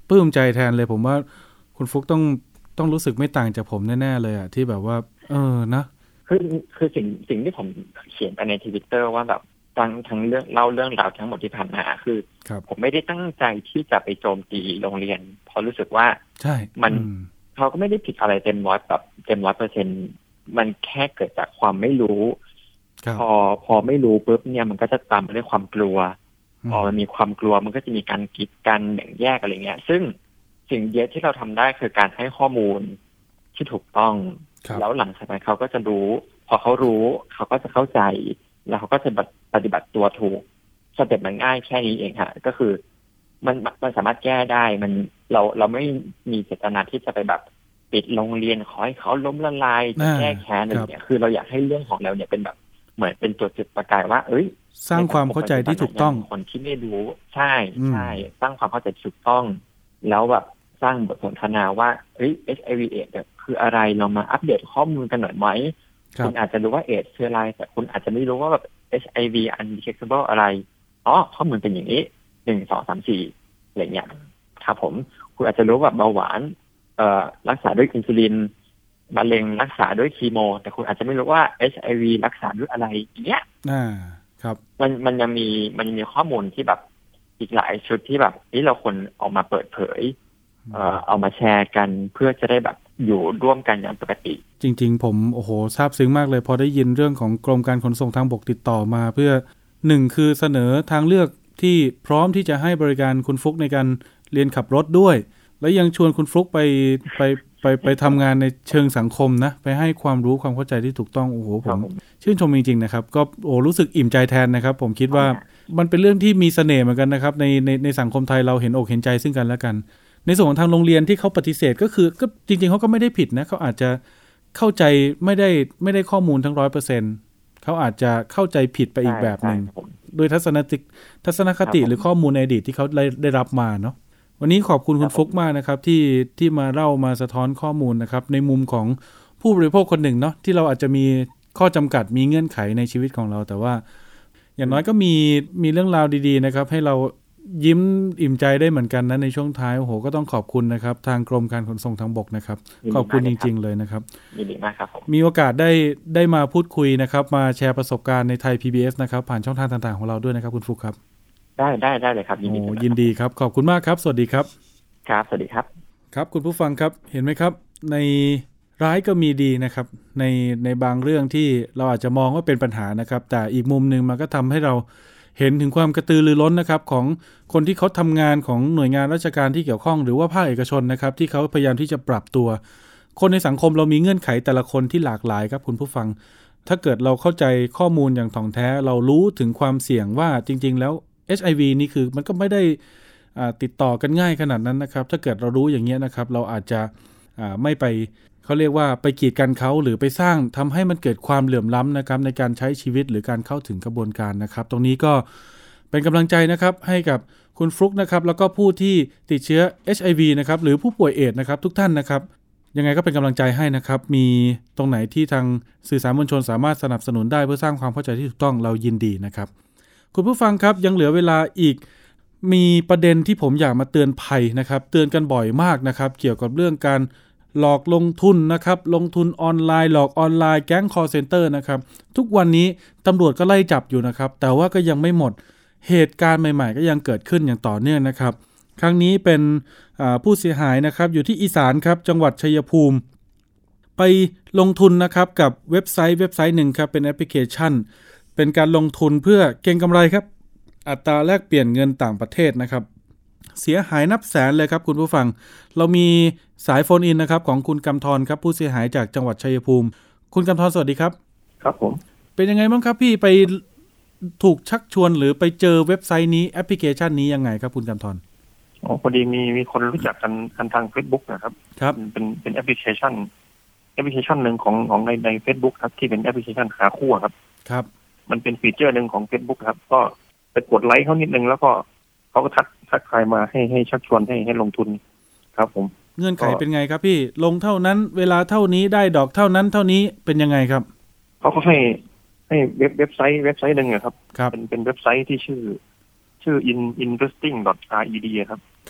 ปลื้มใจแทนเลยผมว่าคุณฟุกต้องรู้สึกไม่ต่างจากผมแน่ๆเลยอ่ะที่แบบว่านะคือสิ่งที่ผมเขียนไปใน Twitter ว่าแบบทั้งเรื่องเล่าเรื่องราวทั้งหมดที่ผ่านมาคือผมไม่ได้ตั้งใจที่จะไปโจมตีโรงเรียนเพราะรู้สึกว่าใช่มันเขาก็ไม่ได้ผิดอะไรเต็ม100%มันแค่เกิดจากความไม่รู้พอไม่รู้ปุ๊บเนี่ยมันก็จะตามมาด้วยความกลัวพอมันมีความกลัวมันก็จะมีการกีดกันแบ่งแยกอะไรเงี้ยซึ่งสิ่งเดียวที่เราทำได้คือการให้ข้อมูลที่ถูกต้องแล้วหลังจากนั้นเขาก็จะรู้พอเขารู้เขาก็จะเข้าใจแล้วเขาก็จะปฏิบัติตัวถูกสเต็ปมันง่ายแค่นี้เองค่ะก็คือมันสามารถแก้ได้เราไม่มีเจตนาที่จะไปแบบปิดโรงเรียนขอให้เขาล้มละลายจะแก้แค้นอะไรอย่างเงี้ยคือเราอยากให้เรื่องของเราเนี่ยเป็นแบบเหมือนเป็นจุดประกายว่าสร้างความเข้าใจที่ถูกต้องคนที่ไม่รู้ใช่สร้างความเข้าใจถูกต้องแล้วแบบสร้างบทสนทนาว่าHIV AIDS คืออะไรเรามาอัปเดตข้อมูลกันหน่อยไหมคุณอาจจะรู้ว่าเอดส์คืออะไรแต่คุณอาจจะไม่รู้ว่าแบบ HIV undetectable อะไรข้อมูลเป็นอย่างนี้1 2 3 4อะไรเงี้ยครับผมคุณอาจจะรู้ว่าเบาหวานรักษาด้วยอินซูลินมะเร็งรักษาด้วยคีโมแต่คุณอาจจะไม่รู้ว่า HIV รักษาด้วยอะไรอย่างเงี้ยครับมันยังมีข้อมูลที่แบบอีกหลายชุดที่แบบเราควรออกมาเปิดเผยเอามาแชร์กันเพื่อจะได้แบบอยู่ร่วมกันอย่างปกติจริงๆผมโอ้โหซาบซึ้งมากเลยพอได้ยินเรื่องของกรมการขนส่งทางบกติดต่อมาเพื่อ1คือเสนอทางเลือกที่พร้อมที่จะให้บริการคุณฟลุกในการเรียนขับรถด้วยและยังชวนคุณฟลุกไปทำงานในเชิงสังคมนะไปให้ความรู้ความเข้าใจที่ถูกต้องโอ้โหผมชื่นชมจริงๆนะครับก็รู้สึกอิ่มใจแทนนะครับผมคิดว่ามันเป็นเรื่องที่มีเสน่ห์เหมือนกันนะครับในสังคมไทยเราเห็นอกเห็นใจซึ่งกันและกันในส่วนของทางโรงเรียนที่เขาปฏิเสธก็จริงๆเขาก็ไม่ได้ผิดนะเขาอาจจะเข้าใจไม่ได้ข้อมูลทั้ง 100% เขาอาจจะเข้าใจผิดไปอีกแบบนึงโดยทัศนคติหรือข้อมูลในอดีตที่เขาได้รับมาเนาะวันนี้ขอบคุณคุณฟุกมากนะครับที่มาเล่ามาสะท้อนข้อมูลนะครับในมุมของผู้บริโภคคนหนึ่งเนาะที่เราอาจจะมีข้อจำกัดมีเงื่อนไขในชีวิตของเราแต่ว่าอย่างน้อยก็มีเรื่องราวดีๆนะครับให้เรายิ้มอิ่มใจได้เหมือนกันนะในช่วงท้ายโอ้โหก็ต้องขอบคุณนะครับทางกรมการขนส่งทางบกนะครับขอบคุณจริงๆเลยนะครับยินดีมากครับผมมีโอกาสได้มาพูดคุยนะครับมาแชร์ประสบการณ์ในไทย PBS นะครับผ่านช่องทางต่างๆของเราด้วยนะครับคุณฟุกครับได้เลยครับยินดีครับขอบคุณมากครับสวัสดีครับครับสวัสดีครับครับคุณผู้ฟังครับเห็นไหมครับในร้ายก็มีดีนะครับในบางเรื่องที่เราอาจจะมองว่าเป็นปัญหานะครับแต่อีกมุมนึงมันก็ทำให้เราเห็นถึงความกระตือรือร้นนะครับของคนที่เขาทำงานของหน่วยงานราชการที่เกี่ยวข้องหรือว่าภาคเอกชนนะครับที่เขาพยายามที่จะปรับตัวคนในสังคมเรามีเงื่อนไขแต่ละคนที่หลากหลายครับคุณผู้ฟังถ้าเกิดเราเข้าใจข้อมูลอย่างถ่องแท้เรารู้ถึงความเสี่ยงว่าจริงๆแล้ว HIV นี่คือมันก็ไม่ได้ติดต่อกันง่ายขนาดนั้นนะครับถ้าเกิดเรารู้อย่างเงี้ยนะครับเราอาจจะไม่ไปเขาเรียกว่าไปกีดกันเขาหรือไปสร้างทำให้มันเกิดความเหลื่อมล้ำนะครับในการใช้ชีวิตหรือการเข้าถึงกระบวนการนะครับตรงนี้ก็เป็นกำลังใจนะครับให้กับคุณฟลุกนะครับแล้วก็ผู้ที่ติดเชื้อ HIV นะครับหรือผู้ป่วยเอดส์นะครับทุกท่านนะครับยังไงก็เป็นกำลังใจให้นะครับมีตรงไหนที่ทางสื่อสารมวลชนสามารถสนับสนุนได้เพื่อสร้างความเข้าใจที่ถูกต้องเรายินดีนะครับคุณผู้ฟังครับยังเหลือเวลาอีกมีประเด็นที่ผมอยากมาเตือนภัยนะครับเตือนกันบ่อยมากนะครับเกี่ยวกับเรื่องการหลอกลงทุนนะครับลงทุนออนไลน์หลอกออนไลน์แก๊ง call center นะครับทุกวันนี้ตำรวจก็ไล่จับอยู่นะครับแต่ว่าก็ยังไม่หมดเหตุการณ์ใหม่ๆก็ยังเกิดขึ้นอย่างต่อเนื่องนะครับครั้งนี้เป็นผู้เสียหายนะครับอยู่ที่อีสานครับจังหวัดชัยภูมิไปลงทุนนะครับกับเว็บไซต์หนึ่งครับเป็นแอปพลิเคชันเป็นการลงทุนเพื่อเก็งกำไรครับอัตราแลกเปลี่ยนเงินต่างประเทศนะครับเสียหายนับแสนเลยครับคุณผู้ฟังเรามีสายโฟนอินนะครับของคุณกำธรครับผู้เสียหายจากจังหวัดชัยภูมิคุณกำธรสวัสดีครับครับผมเป็นยังไงบ้างครับพี่ไปถูกชักชวนหรือไปเจอเว็บไซต์นี้แอปพลิเคชันนี้ยังไงครับคุณกำธรพอดีมีคนรู้จักกันทาง Facebook นะครับครับเป็นแอปพลิเคชันนึงของใน Facebook ครับที่เป็นแอปพลิเคชันหาคู่ครับครับมันเป็นฟีเจอร์นึงของ Facebook ครับก็ไปกดไลค์เขานิดนึงแล้วก็เขาก็ทักทายมาให้ชักชวนให้ลงทุนครับผมเงื่อนไขเป็นไงครับพี่ลงเท่านั้นเวลาเท่านี้ได้ดอกเท่านั้นเท่านี้เป็นยังไงครับเขาก็ให้เว็บไซต์นึงครับเป็นเว็บไซต์ที่ชื่อinvesting.red ครับครับ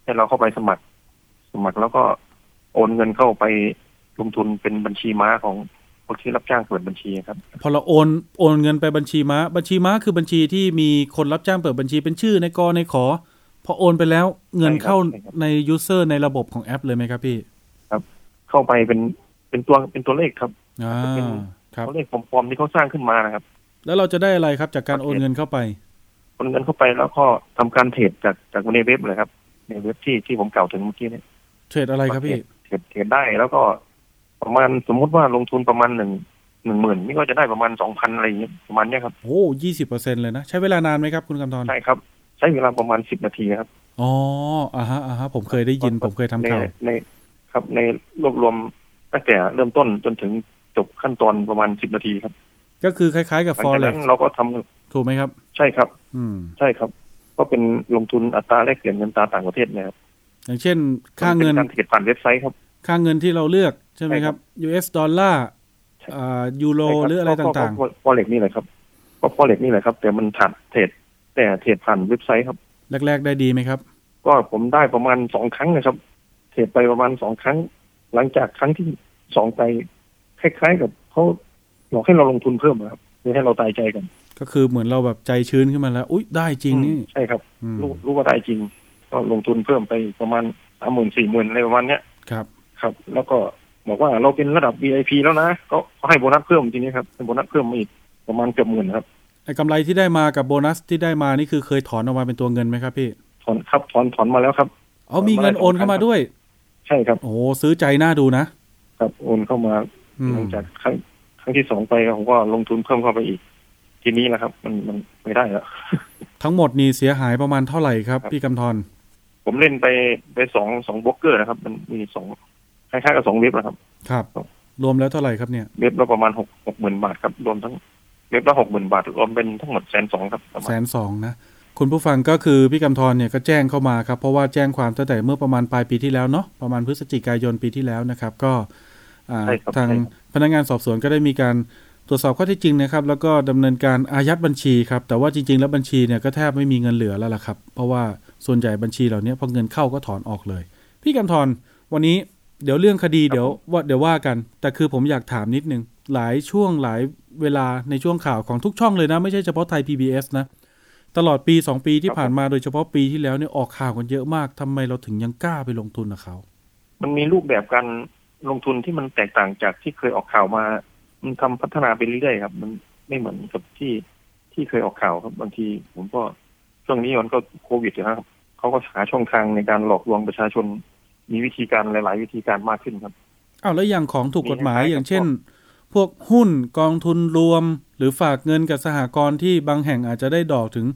ให้เราเข้าไปสมัครแล้วก็โอนเงินเข้าไปลงทุนเป็นบัญชีม้าของคนที่รับจ้างเปิดบัญชีครับพอเราโอนเงินไปบัญชีม้าคือบัญชีที่มีคนรับจ้างเปิดบัญชีเป็นชื่อในกในขอพอโอนไปแล้วเงินเข้าในยูเซอร์ในระบบของแอปเลยไหมครับพี่ครับเข้าไปเป็นตัวเลขครับเป็นตัวเลขปลอมๆที่เขาสร้างขึ้นมานะครับแล้วเราจะได้อะไรครับจากการโอนเงินเข้าไปโอนเงินเข้าไปแล้วก็ทำการเทรดจากในเว็บเลยครับในเว็บที่ผมกล่าวถึงเมื่อกี้เนี่ยเทรดอะไรครับพี่เทรดได้แล้วก็ประมาณสมมุติว่าลงทุนประมาณ10,000นี่ก็จะได้ประมาณ 2,000 อะไรอย่างเงี้ยประมาณเนี้ยครับโอ้ 20% เลยนะใช้เวลานานไหมครับคุณกำธรใช่ครับใช้เวลาประมาณ10 นาทีครับอ๋อฮะผมเคยได้ยินผมเคยทำข่าวครับในรวบรวมตั้งแต่เริ่มต้นจนถึงจบขั้นตอนประมาณ10 นาทีครับก็คือคล้ายๆกับ Forex เราก็ทำถูกไหมครับใช่ครับใช่ครับก็เป็นลงทุนอัตราแลกเปลี่ยนเงินตราต่างประเทศนะครับอย่างเช่นค่าเงินการเทรดผ่านเว็บไซต์ครับค่าเงินที่เราเลือกใช่ไหมครับ US ดอลลาร์ยูโรหรืออะไรต่างๆ Forex นี่แหละครับก็ Forex นี่แหละครับแต่มันเทรดผ่านเว็บไซต์ครับแรกๆได้ดีไหมครับก็ผมได้ประมาณ2 ครั้งนะครับเทรดไปประมาณ2 ครั้งหลังจากครั้งที่2ไปคล้ายๆกับเขาหลอกให้เราลงทุนเพิ่มครับเพื่อให้เราตายใจกันก็คือเหมือนเราแบบใจชื้นขึ้นมาแล้วอุ๊ยได้จริงนี่ใช่ครับรู้ว่าได้จริงก็ลงทุนเพิ่มไปประมาณ 30,000 40,000 อะไรประมาณเนี้ยครับแล้วก็บอกว่าเราเป็นระดับ VIP แล้วนะก็ให้โบนัสเพิ่มจริงๆครับเป็นโบนัสเพิ่มมาอีกประมาณเกือบ10,000ครับไอ้กำไรที่ได้มากับโบนัสที่ได้มานี่คือเคยถอนออกมาเป็นตัวเงินไหมครับพี่ถอนมาแล้วครับมีเงินโอนเข้ามาด้วยใช่ครับโอ้ซื้อใจน่าดูนะครับโอนเข้ามาหลังจากครั้งที่2ไปผมก็ลงทุนเพิ่มเข้าไปอีกทีนี้แหละครับมันไม่ได้แล้วทั้งหมดนี่เสียหายประมาณเท่าไหร่ครับพี่กำธรผมเล่นไป2 โบรกเกอร์นะครับมันมี2คล้ายๆกับ2 เว็บนะครับครับรวมแล้วเท่าไหร่ครับเนี่ยเว็บละประมาณ60,000 บาทครับรวมทั้งเว็บละ 60,000 บาทรวมเป็นทั้งหมด 120,000 ครับ 120,000นะคุณผู้ฟังก็คือพี่กำธรเนี่ยก็แจ้งเข้ามาครับเพราะว่าแจ้งความตั้งแต่เมื่อประมาณปลายปีที่แล้วเนาะประมาณพฤศจิกายนปีที่แล้วนะครับก็ทางพนักงานสอบสวนก็ได้มีการตรวจสอบข้อเท็จจริงนะครับแล้วก็ดำเนินการอายัดบัญชีครับแต่ว่าจริงๆแล้วบัญชีเนี่ยก็แทบไม่มีเงินเหลือแล้วล่ะครับเพราะว่าส่วนใหญ่บัญชีเหล่านี้พอเงินเข้าก็ถอนออกเลยพี่กำธรวันนี้เดี๋ยวเรื่องคดีเดี๋ยวว่ากันแต่คือผมอยากถามนิดนึงหลายช่วงหลายเวลาในช่วงข่าวของทุกช่องเลยนะไม่ใช่เฉพาะไทย PBS นะตลอดปี2 ปีที่ผ่านมาโดยเฉพาะปีที่แล้วเนี่ยออกข่าวกันเยอะมากทำไมเราถึงยังกล้าไปลงทุนกับเขามันมีรูปแบบการลงทุนที่มันแตกต่างจากที่เคยออกข่าวมามันทำพัฒนาไปเรื่อยๆครับมันไม่เหมือนกับที่เคยออกข่าวครับบางทีผมก็ช่วงนี้มันก็โควิดนะครับเขาก็หาช่องทางในการหลอกลวงประชาชนมีวิธีการหลายๆวิธีการมากขึ้นครับแล้วอย่างของถูกกฎหมายอย่างเช่นพวกหุ้นกองทุนรวมหรือฝากเงินกับสหกรณ์ที่บางแห่งอาจจะได้ดอกถึง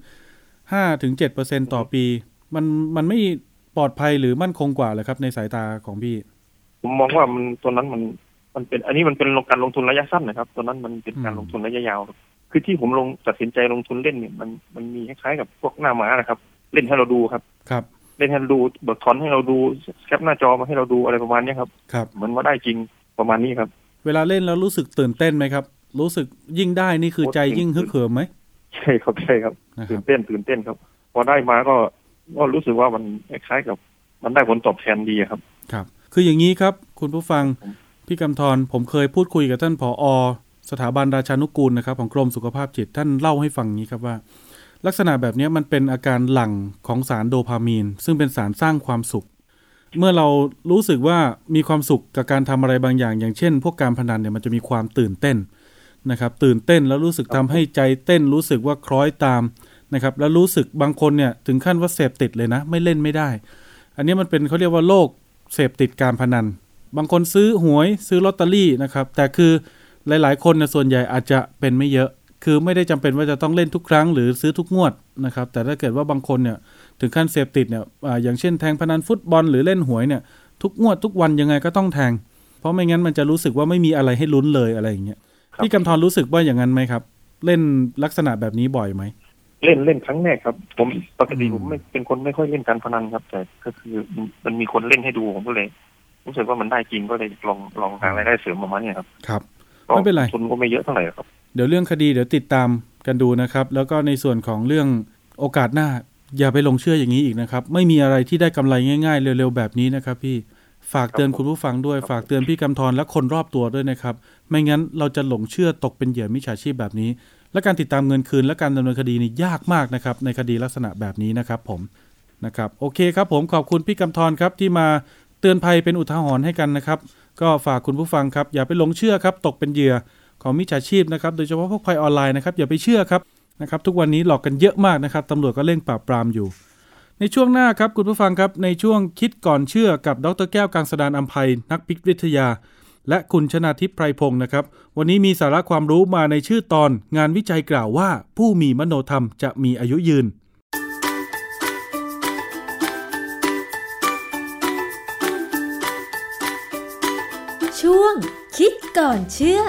5-7% ต่อปีมันไม่ปลอดภัยหรือมั่นคงกว่าเหรอครับในสายตาของพี่ผมมองว่ามันตัวนั้นมันเป็นอันนี้มันเป็นการลงทุนระยะสั้นนะครับตัวนั้นมันเป็นการลงทุนระยะยาวคือที่ผมตัดสินใจลงทุนเล่นเนี่ยมันมีคล้ายๆกับพวกหน้าม้านะครับเล่นให้เราดูครับเล่นให้เราดูเบิกถอนให้เราดูแคปหน้าจอมาให้เราดูอะไรประมาณนี้ครับเหมือนว่าได้จริงประมาณนี้ครับเวลาเล่นแล้วรู้สึกตื่นเต้นไหมครับรู้สึกยิ่งได้นี่คือใจยิ่งฮึกเหิมไหมใช่ครับตื่นเต้นครับพอได้มาก็รู้สึกว่ามันคล้ายกับมันได้ผลตอบแทนดีครับคืออย่างนี้ครับคุณผู้ฟังพี่กำธรผมเคยพูดคุยกับท่านผอ.สถาบันราชานุกูลนะครับของกรมสุขภาพจิตท่านเล่าให้ฟังนี้ครับว่าลักษณะแบบนี้มันเป็นอาการหลั่งของสารโดพามีนซึ่งเป็นสารสร้างความสุขเมื่อเรารู้สึกว่ามีความสุขกับการทำอะไรบางอย่างอย่างเช่นพวกการพนันเนี่ยมันจะมีความตื่นเต้นนะครับตื่นเต้นแล้วรู้สึกทำให้ใจเต้นรู้สึกว่าคล้อยตามนะครับแล้วรู้สึกบางคนเนี่ยถึงขั้นว่าเสพติดเลยนะไม่เล่นไม่ได้อันนี้มันเป็นเขาเรียกว่าโรคเสพติดการพนันบางคนซื้อหวยซื้อลอตเตอรี่นะครับแต่คือหลายๆคนเนี่ยส่วนใหญ่อาจจะเป็นไม่เยอะคือไม่ได้จำเป็นว่าจะต้องเล่นทุกครั้งหรือซื้อทุกงวดนะครับแต่ถ้าเกิดว่าบางคนเนี่ยถึงขั้นเสพติดเนี่ยอย่างเช่นแทงพนันฟุตบอลหรือเล่นหวยเนี่ยทุกงวดทุกวันยังไงก็ต้องแทงเพราะไม่งั้นมันจะรู้สึกว่าไม่มีอะไรให้ลุ้นเลยอะไรอย่างเงี้ยพี่กำธรรู้สึกว่าอย่างนั้นไหมครับเล่นลักษณะแบบนี้บ่อยไหมเล่นครั้งแรกครับผมปกติผมไม่เป็นคนไม่ค่อยเล่นการพนันครับแต่ก็คือมันมีคนเล่นให้ดูผมก็เลยรู้สึกว่ามันได้จริงก็เลยลองหารายได้เสริมประมาณนี้ครับไม่เป็นไรทุนก็ไม่เยอะเท่าไหร่ครับเดี๋ยวเรื่องคดีเดี๋ยวติดตามกันดูนะครับแล้วก็ในส่วนของเรื่องโอกาสหน้าอย่าไปหลงเชื่ออย่างนี้อีกนะครับไม่มีอะไรที่ได้กำไรง่ายๆเร็วๆแบบนี้นะครับพี่ฝากเตือนคุณผู้ฟังด้วยฝากเตือนพี่กำธรและคนรอบตัวด้วยนะครับไม่งั้นเราจะหลงเชื่อตกเป็นเหยื่อมิจฉาชีพแบบนี้และการติดตามเงินคืนและการดำเนินคดีนี่ยากมากนะครับในคดีลักษณะแบบนี้นะครับผมนะครับโอเคครับผมขอบคุณพี่กำธรครับที่มาเตือนภัยเป็นอุทาหรณ์ให้กันนะครับก็ฝากคุณผู้ฟังครับอย่าไปหลงเชื่อครับตกเป็นเหยื่อของมิจฉาชีพนะครับโดยเฉพาะพวกภัยออนไลน์นะครับอย่าไปเชื่อครับนะครับทุกวันนี้หลอกกันเยอะมากนะครับตำรวจก็เร่งปราบปรามอยู่ในช่วงหน้าครับคุณผู้ฟังครับในช่วงคิดก่อนเชื่อกับดร.แก้วกังสดาลอำไพนักพิษวิทยาและคุณชนาทิพย์ไพรพงศ์นะครับวันนี้มีสาระความรู้มาในชื่อตอนงานวิจัยกล่าวว่าผู้มีมโนธรรมจะมีอายุยืนช่วงคิดก่อนเชื่อ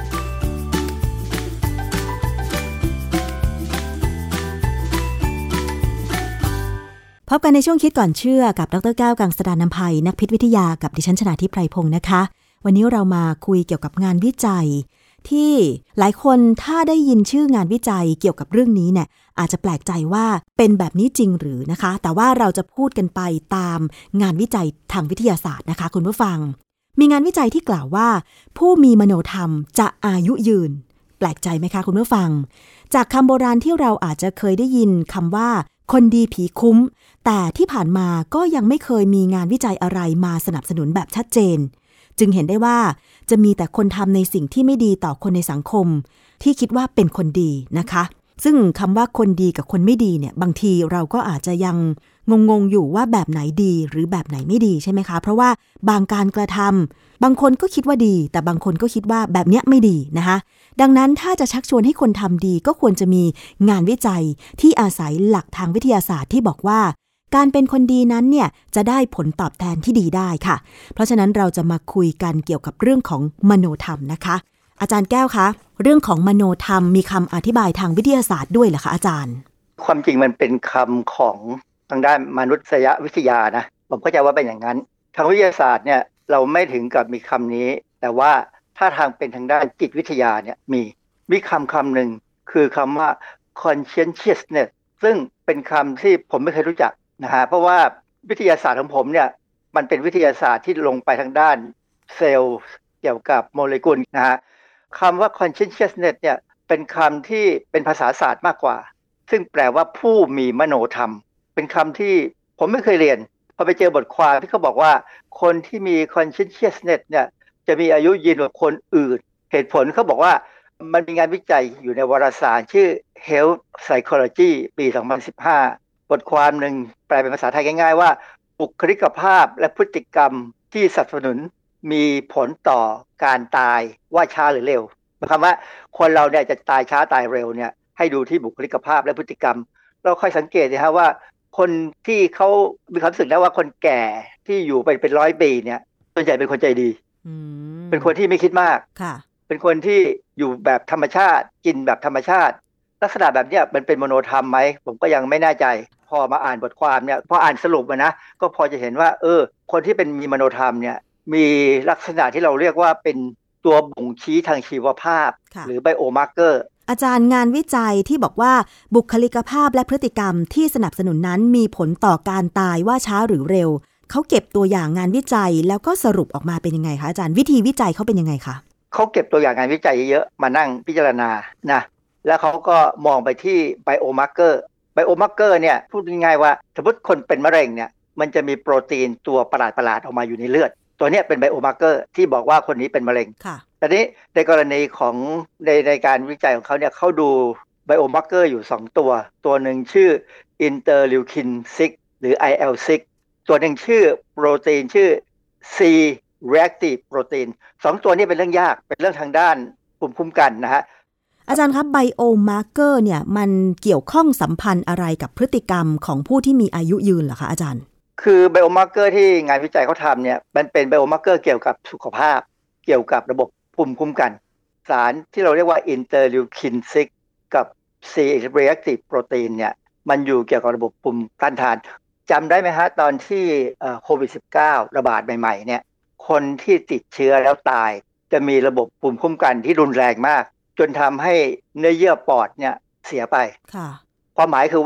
พบกันในช่วงคิดก่อนเชื่อกับดร.แก้วกังสดาลอำไพนักพิษวิทยากับดิฉันชนาทิพย์ไพรพงศ์นะคะวันนี้เรามาคุยเกี่ยวกับงานวิจัยที่หลายคนถ้าได้ยินชื่องานวิจัยเกี่ยวกับเรื่องนี้เนี่ยอาจจะแปลกใจว่าเป็นแบบนี้จริงหรือนะคะแต่ว่าเราจะพูดกันไปตามงานวิจัยทางวิทยาศาสตร์นะคะคุณผู้ฟังมีงานวิจัยที่กล่าวว่าผู้มีมโนธรรมจะอายุยืนแปลกใจไหมคะคุณผู้ฟังจากคำโบราณที่เราอาจจะเคยได้ยินคำว่าคนดีผีคุ้มแต่ที่ผ่านมาก็ยังไม่เคยมีงานวิจัยอะไรมาสนับสนุนแบบชัดเจนจึงเห็นได้ว่าจะมีแต่คนทำในสิ่งที่ไม่ดีต่อคนในสังคมที่คิดว่าเป็นคนดีนะคะซึ่งคำว่าคนดีกับคนไม่ดีเนี่ยบางทีเราก็อาจจะยังงงอยู่ว่าแบบไหนดีหรือแบบไหนไม่ดีใช่ไหมคะเพราะว่าบางการกระทำบางคนก็คิดว่าดีแต่บางคนก็คิดว่าแบบเนี้ยไม่ดีนะคะดังนั้นถ้าจะชักชวนให้คนทำดีก็ควรจะมีงานวิจัยที่อาศัยหลักทางวิทยาศาสตร์ที่บอกว่าการเป็นคนดีนั้นเนี่ยจะได้ผลตอบแทนที่ดีได้ค่ะเพราะฉะนั้นเราจะมาคุยกันเกี่ยวกับเรื่องของมโนธรรมนะคะอาจารย์แก้วคะเรื่องของมโนธรรมมีคำอธิบายทางวิทยาศาสตร์ด้วยเหรอคะอาจารย์ความจริงมันเป็นคำของทางด้านมนุษยวิทยานะผมเข้าใจว่าเป็นอย่างนั้นทางวิทยาศาสตร์เนี่ยเราไม่ถึงกับมีคำนี้แต่ว่าถ้าทางเป็นทางด้านจิตวิทยาเนี่ยมีคำหนึ่งคือคำว่า conscientiousness ซึ่งเป็นคำที่ผมไม่เคยรู้จักนะฮะเพราะว่าวิทยาศาสตร์ของผมเนี่ยมันเป็นวิทยาศาสตร์ที่ลงไปทางด้านเซลล์เกี่ยวกับโมเลกุลนะฮะคำว่า conscientiousness เนี่ยเป็นคำที่เป็นภาษาศาสตร์มากกว่าซึ่งแปลว่าผู้มีมโนธรรมเป็นคำที่ผมไม่เคยเรียนพอไปเจอบทความที่เขาบอกว่าคนที่มี conscientiousness เนี่ยจะมีอายุยืนกว่าคนอื่นเหตุผลเขาบอกว่ามันมีงานวิจัยอยู่ในวารสารชื่อ Health Psychology ปี 2015 บทความหนึ่งแปลเป็นภาษาไทยง่ายๆว่าบุคลิกภาพและพฤติกรรมที่สนับสนุนมีผลต่อการตายว่าช้าหรือเร็วหมายความว่าคนเราเนี่ยจะตายช้าตายเร็วเนี่ยให้ดูที่บุคลิกภาพและพฤติกรรมเราค่อยสังเกตนะฮะว่าคนที่เขามีความรู้สึกได้ว่าคนแก่ที่อยู่ไปเป็น100 ปีเนี่ยส่วนใหญ่เป็นคนใจดีเป็นคนที่ไม่คิดมากเป็นคนที่อยู่แบบธรรมชาติกินแบบธรรมชาติลักษณะแบบนี้มันเป็นมโนธรรมไหมผมก็ยังไม่แน่ใจพอมาอ่านบทความเนี่ยพออ่านสรุปนะก็พอจะเห็นว่าคนที่เป็นมีมโนธรรมเนี่ยมีลักษณะที่เราเรียกว่าเป็นตัวบ่งชี้ทางชีวภาพหรือไบโอมาร์เกอร์อาจารย์งานวิจัยที่บอกว่าบุคลิกภาพและพฤติกรรมที่สนับสนุนนั้นมีผลต่อการตายว่าช้าหรือเร็วเขาเก็บตัวอย่างงานวิจัยแล้วก็สรุปออกมาเป็นยังไงคะอาจารย์วิธีวิจัยเขาเป็นยังไงคะเขาเก็บตัวอย่างงานวิจัยเยอะๆมานั่งพิจารณานะแล้วเขาก็มองไปที่ไบโอมาร์เกอร์เนี่ยพูดง่ายๆว่าสมมติคนเป็นมะเร็งเนี่ยมันจะมีโปรตีนตัวประหลาดออกมาอยู่ในเลือดตัวนี้เป็นไบโอมาร์เกอร์ที่บอกว่าคนนี้เป็นมะเร็งแต่นี้ในกรณีของในการวิจัยของเขาเนี่ยเขาดูไบโอมาร์เกอร์อยู่2ตัวหนึ่งชื่ออินเตอร์ลิวคิน6หรือ IL6 ตัวหนึ่งชื่อโปรตีนชื่อ C reactive protein 2ตัวนี้เป็นเรื่องยากเป็นเรื่องทางด้านภูมิคุ้มกันนะฮะอาจารย์ครับไบโอมาร์เกอร์เนี่ยมันเกี่ยวข้องสัมพันธ์อะไรกับพฤติกรรมของผู้ที่มีอายุยืนเหรอคะอาจารย์คือไบโอมาร์เกอร์ที่งานวิจัยเขาทำเนี่ยมันเป็นไบโอมาร์เกอร์เกี่ยวกับสุขภาพเกี่ยวกับระบบภูมิคุ้มกันสารที่เราเรียกว่าอินเตอร์ลิวคิน6กับ C reactive protein เนี่ยมันอยู่เกี่ยวกับระบบภูมิต้านทานจำได้ไหมฮะตอนที่โควิด -19 ระบาดใหม่ๆเนี่ยคนที่ติดเชื้อแล้วตายจะมีระบบภูมิคุ้มกันที่รุนแรงมากจนทำให้เนื้อเยื่อปอดเนี่ยเสียไปความหมายคือว่าค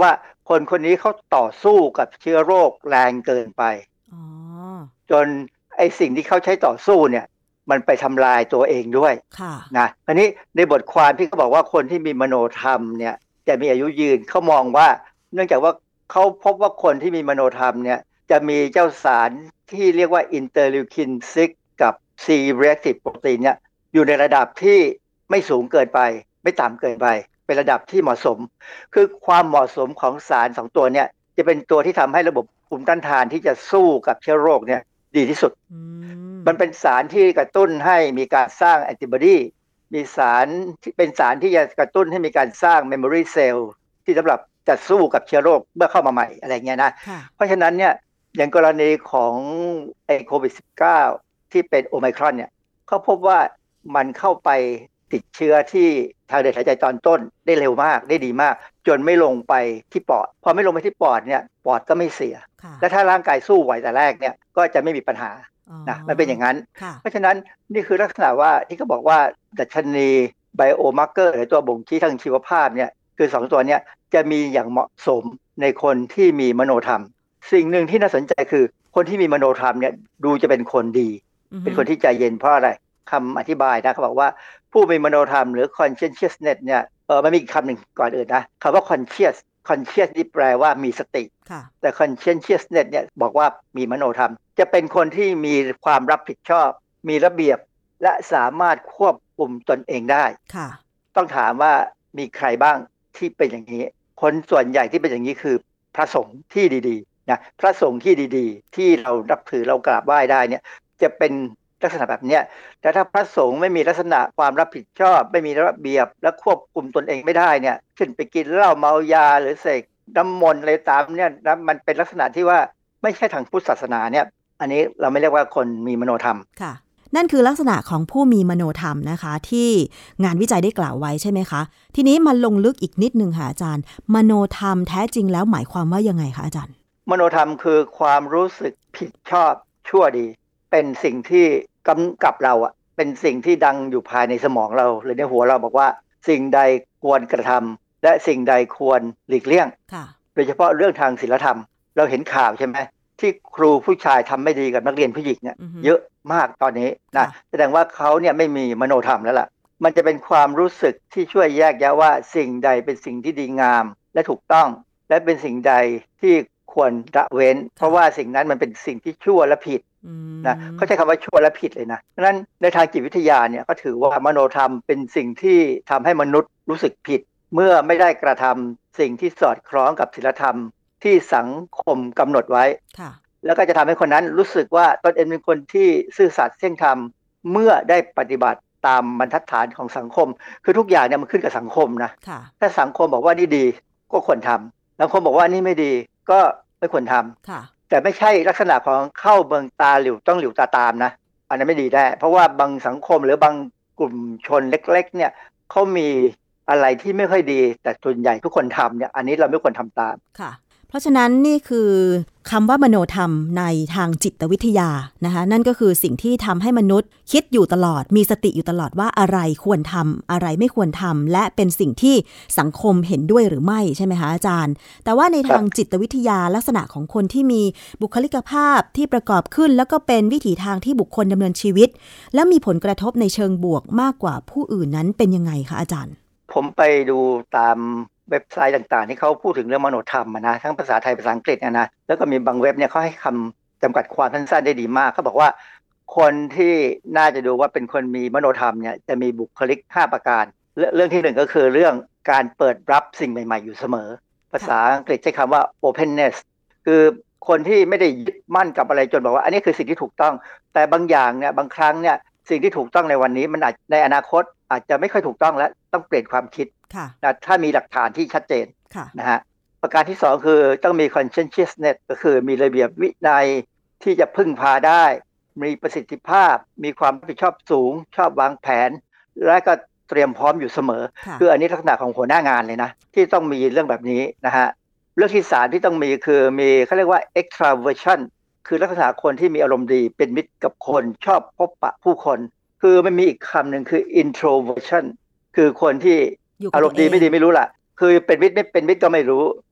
คนคนนี้เขาต่อสู้กับเชื้อโรคแรงเกินไปจนไอ้สิ่งที่เขาใช้ต่อสู้เนี่ยมันไปทำลายตัวเองด้วยนะอันนี้ในบทความที่เขาบอกว่าคนที่มีมโนธรรมเนี่ยจะมีอายุยืนเขามองว่าเนื่องจากว่าเขาพบว่าคนที่มีมโนธรรมเนี่ยจะมีเจ้าสารที่เรียกว่าอินเตอร์ลิวคิน6กับ C reactive protein เนี่ยอยู่ในระดับที่ไม่สูงเกินไปไม่ต่ำเกินไปเป็นระดับที่เหมาะสมคือความเหมาะสมของสาร2ตัวเนี่ยจะเป็นตัวที่ทำให้ระบบภูมิต้านทานที่จะสู้กับเชื้อโรคเนี่ยดีที่สุดมันเป็นสารที่กระตุ้นให้มีการสร้างแอนติบอดีมีสารที่เป็นสารที่จะกระตุ้นให้มีการสร้างเมมโมรีเซลล์ที่สำหรับจะสู้กับเชื้อโรคเมื่อเข้ามาใหม่อะไรเงี้ยนะเพราะฉะนั้นเนี่ยอย่างกรณีของโควิด -19 ที่เป็นโอไมครอนเนี่ยเขาพบว่ามันเข้าไปติดเชื้อที่ทางเดินหายใจตอนต้นได้เร็วมากได้ดีมากจนไม่ลงไปที่ปอดพอไม่ลงไปที่ปอดเนี่ยปอดก็ไม่เสียและถ้าร่างกายสู้ไหวแต่แรกเนี่ยก็จะไม่มีปัญหานะมันเป็นอย่างนั้นเพราะฉะนั้นนี่คือลักษณะว่าที่เขาบอกว่าดัชนีไบโอมาร์เกอร์หรือตัวบ่งชี้ทางชีวภาพเนี่ยคือ2ตัวเนี้ยจะมีอย่างเหมาะสมในคนที่มีมโนธรรมสิ่งหนึ่งที่น่าสนใจคือคนที่มีมโนธรรมเนี่ยดูจะเป็นคนดีเป็นคนที่ใจเย็นเพราะอะไรคำอธิบายนะเขาบอกว่าผู้มีมโนธรรมหรือ conscientiousness เนี่ยมันมีอีกคำหนึ่งก่อนอื่นนะคำว่า conscious นี่แปลว่ามีสติแต่ conscientiousness เนี่ยบอกว่ามีมโนธรรมจะเป็นคนที่มีความรับผิดชอบมีระเบียบและสามารถควบคุมตนเองได้ต้องถามว่ามีใครบ้างที่เป็นอย่างนี้คนส่วนใหญ่ที่เป็นอย่างนี้คือพระสงฆ์ที่ดีๆนะพระสงฆ์ที่ดีๆที่เรานับถือเรากราบไหว้ได้เนี่ยจะเป็นลักษณะแบบนี้แต่ถ้าพระสงฆ์ไม่มีลักษณะความรับผิดชอบไม่มีระเบียบและควบคุมตนเองไม่ได้เนี่ยเช่นไปกินเหล้าเมายาหรือเสกน้ำมนต์อะไรตามเนี่ยนะมันเป็นลักษณะที่ว่าไม่ใช่ทางพุทธศาสนาเนี่ยอันนี้เราไม่เรียกว่าคนมีมโนธรรมค่ะนั่นคือลักษณะของผู้มีมโนธรรมนะคะที่งานวิจัยได้กล่าวไว้ใช่ไหมคะทีนี้มันลงลึกอีกนิดนึงค่ะอาจารย์มโนธรรมแท้จริงแล้วหมายความว่ายังไงคะอาจารย์มโนธรรมคือความรู้สึกผิดชอบชั่วดีเป็นสิ่งที่กำกับเราอะเป็นสิ่งที่ดังอยู่ภายในสมองเราหรือในหัวเราบอกว่าสิ่งใดควรกระทำและสิ่งใดควรหลีกเลี่ยงโดยเฉพาะเรื่องทางศีลธรรมเราเห็นข่าวใช่ไหมที่ครูผู้ชายทำไม่ดีกับนักเรียนผู้หญิงเนี่ยเยอะมากตอนนี้นะแสดงว่าเขาเนี่ยไม่มีมโนธรรมแล้วล่ะมันจะเป็นความรู้สึกที่ช่วยแยกแยะว่าสิ่งใดเป็นสิ่งที่ดีงามและถูกต้องและเป็นสิ่งใดที่ควรละเว้นเพราะว่าสิ่งนั้นมันเป็นสิ่งที่ชั่วและผิดนะเขาใช้คำว่าชั่วและผิดเลยนะดังนั้นในทางจิตวิทยาเนี่ยก็ถือว่ามโนธรรมเป็นสิ่งที่ทำให้มนุษย์รู้สึกผิดเมื่อไม่ได้กระทำสิ่งที่สอดคล้องกับศีลธรรมที่สังคมกำหนดไว้แล้วก็จะทำให้คนนั้นรู้สึกว่าตนเองเป็นคนที่ซื่อสัตย์เที่ยงธรรมเมื่อได้ปฏิบัติตามบรรทัดฐานของสังคมคือทุกอย่างเนี่ยมันขึ้นกับสังคมนะถ้าสังคมบอกว่านี่ดีก็ควรทำสังคมบอกว่านี่ไม่ดีก็ไม่ควรทำแต่ไม่ใช่ลักษณะของเข้าเมืองตาหลิวต้องหลิวตาตามนะอันนั้นไม่ดีได้เพราะว่าบางสังคมหรือบางกลุ่มชนเล็กๆเนี่ยเขามีอะไรที่ไม่ค่อยดีแต่ส่วนใหญ่ทุกคนทำเนี่ยอันนี้เราไม่ควรทำตามค่ะเพราะฉะนั้นนี่คือคำว่ามโนธรรมในทางจิตวิทยานะคะนั่นก็คือสิ่งที่ทำให้มนุษย์คิดอยู่ตลอดมีสติอยู่ตลอดว่าอะไรควรทำอะไรไม่ควรทำและเป็นสิ่งที่สังคมเห็นด้วยหรือไม่ใช่ไหมคะอาจารย์แต่ว่าในทางจิตวิทยาลักษณะของคนที่มีบุคลิกภาพที่ประกอบขึ้นแล้วก็เป็นวิถีทางที่บุคคลดำเนินชีวิตและมีผลกระทบในเชิงบวกมากกว่าผู้อื่นนั้นเป็นยังไงคะอาจารย์ผมไปดูตามเว็บไซต์ต่างๆที่เขาพูดถึงเรื่องมโนธรรมนะทั้งภาษาไทยภาษาอังกฤษนะแล้วก็มีบางเว็บเนี่ยเขาให้คำจำกัดความสั้นๆได้ดีมากเขาบอกว่าคนที่น่าจะดูว่าเป็นคนมีมโนธรรมเนี่ยจะมีบุคลิก5ประการเรื่องที่1ก็คือเรื่องการเปิดรับสิ่งใหม่ๆอยู่เสมอภาษาอังกฤษใช้คำว่า openness คือคนที่ไม่ได้ยึดมั่นกับอะไรจนบอกว่าอันนี้คือสิ่งที่ถูกต้องแต่บางอย่างเนี่ยบางครั้งเนี่ยสิ่งที่ถูกต้องในวันนี้มันอาจในอนาคตอาจจะไม่ค่อยถูกต้องแล้วต้องเปลี่ยนความคิดนะถ้ามีหลักฐานที่ชัดเจนนะฮะประการที่2คือต้องมี conscientiousness ก็คือมีระเบียบวินัยที่จะพึ่งพาได้มีประสิทธิภาพมีความรับผิดชอบสูงชอบวางแผนและก็เตรียมพร้อมอยู่เสมอคืออันนี้ลักษณะของหัวหน้างานเลยนะที่ต้องมีเรื่องแบบนี้นะฮะเรื่องที่3ที่ต้องมีคือมีเขาเรียกว่า extraversion คือลักษณะคนที่มีอารมณ์ดีเป็นมิตรกับคนชอบพบปะผู้คนคือมันมีอีกคำหนึ่งคือ introversion คือคนที่อารมณ์ดีไม่ดีไม่รู้ล่ะคือเป็นมิตรไม่เป็นมิตรก็ไม่รู้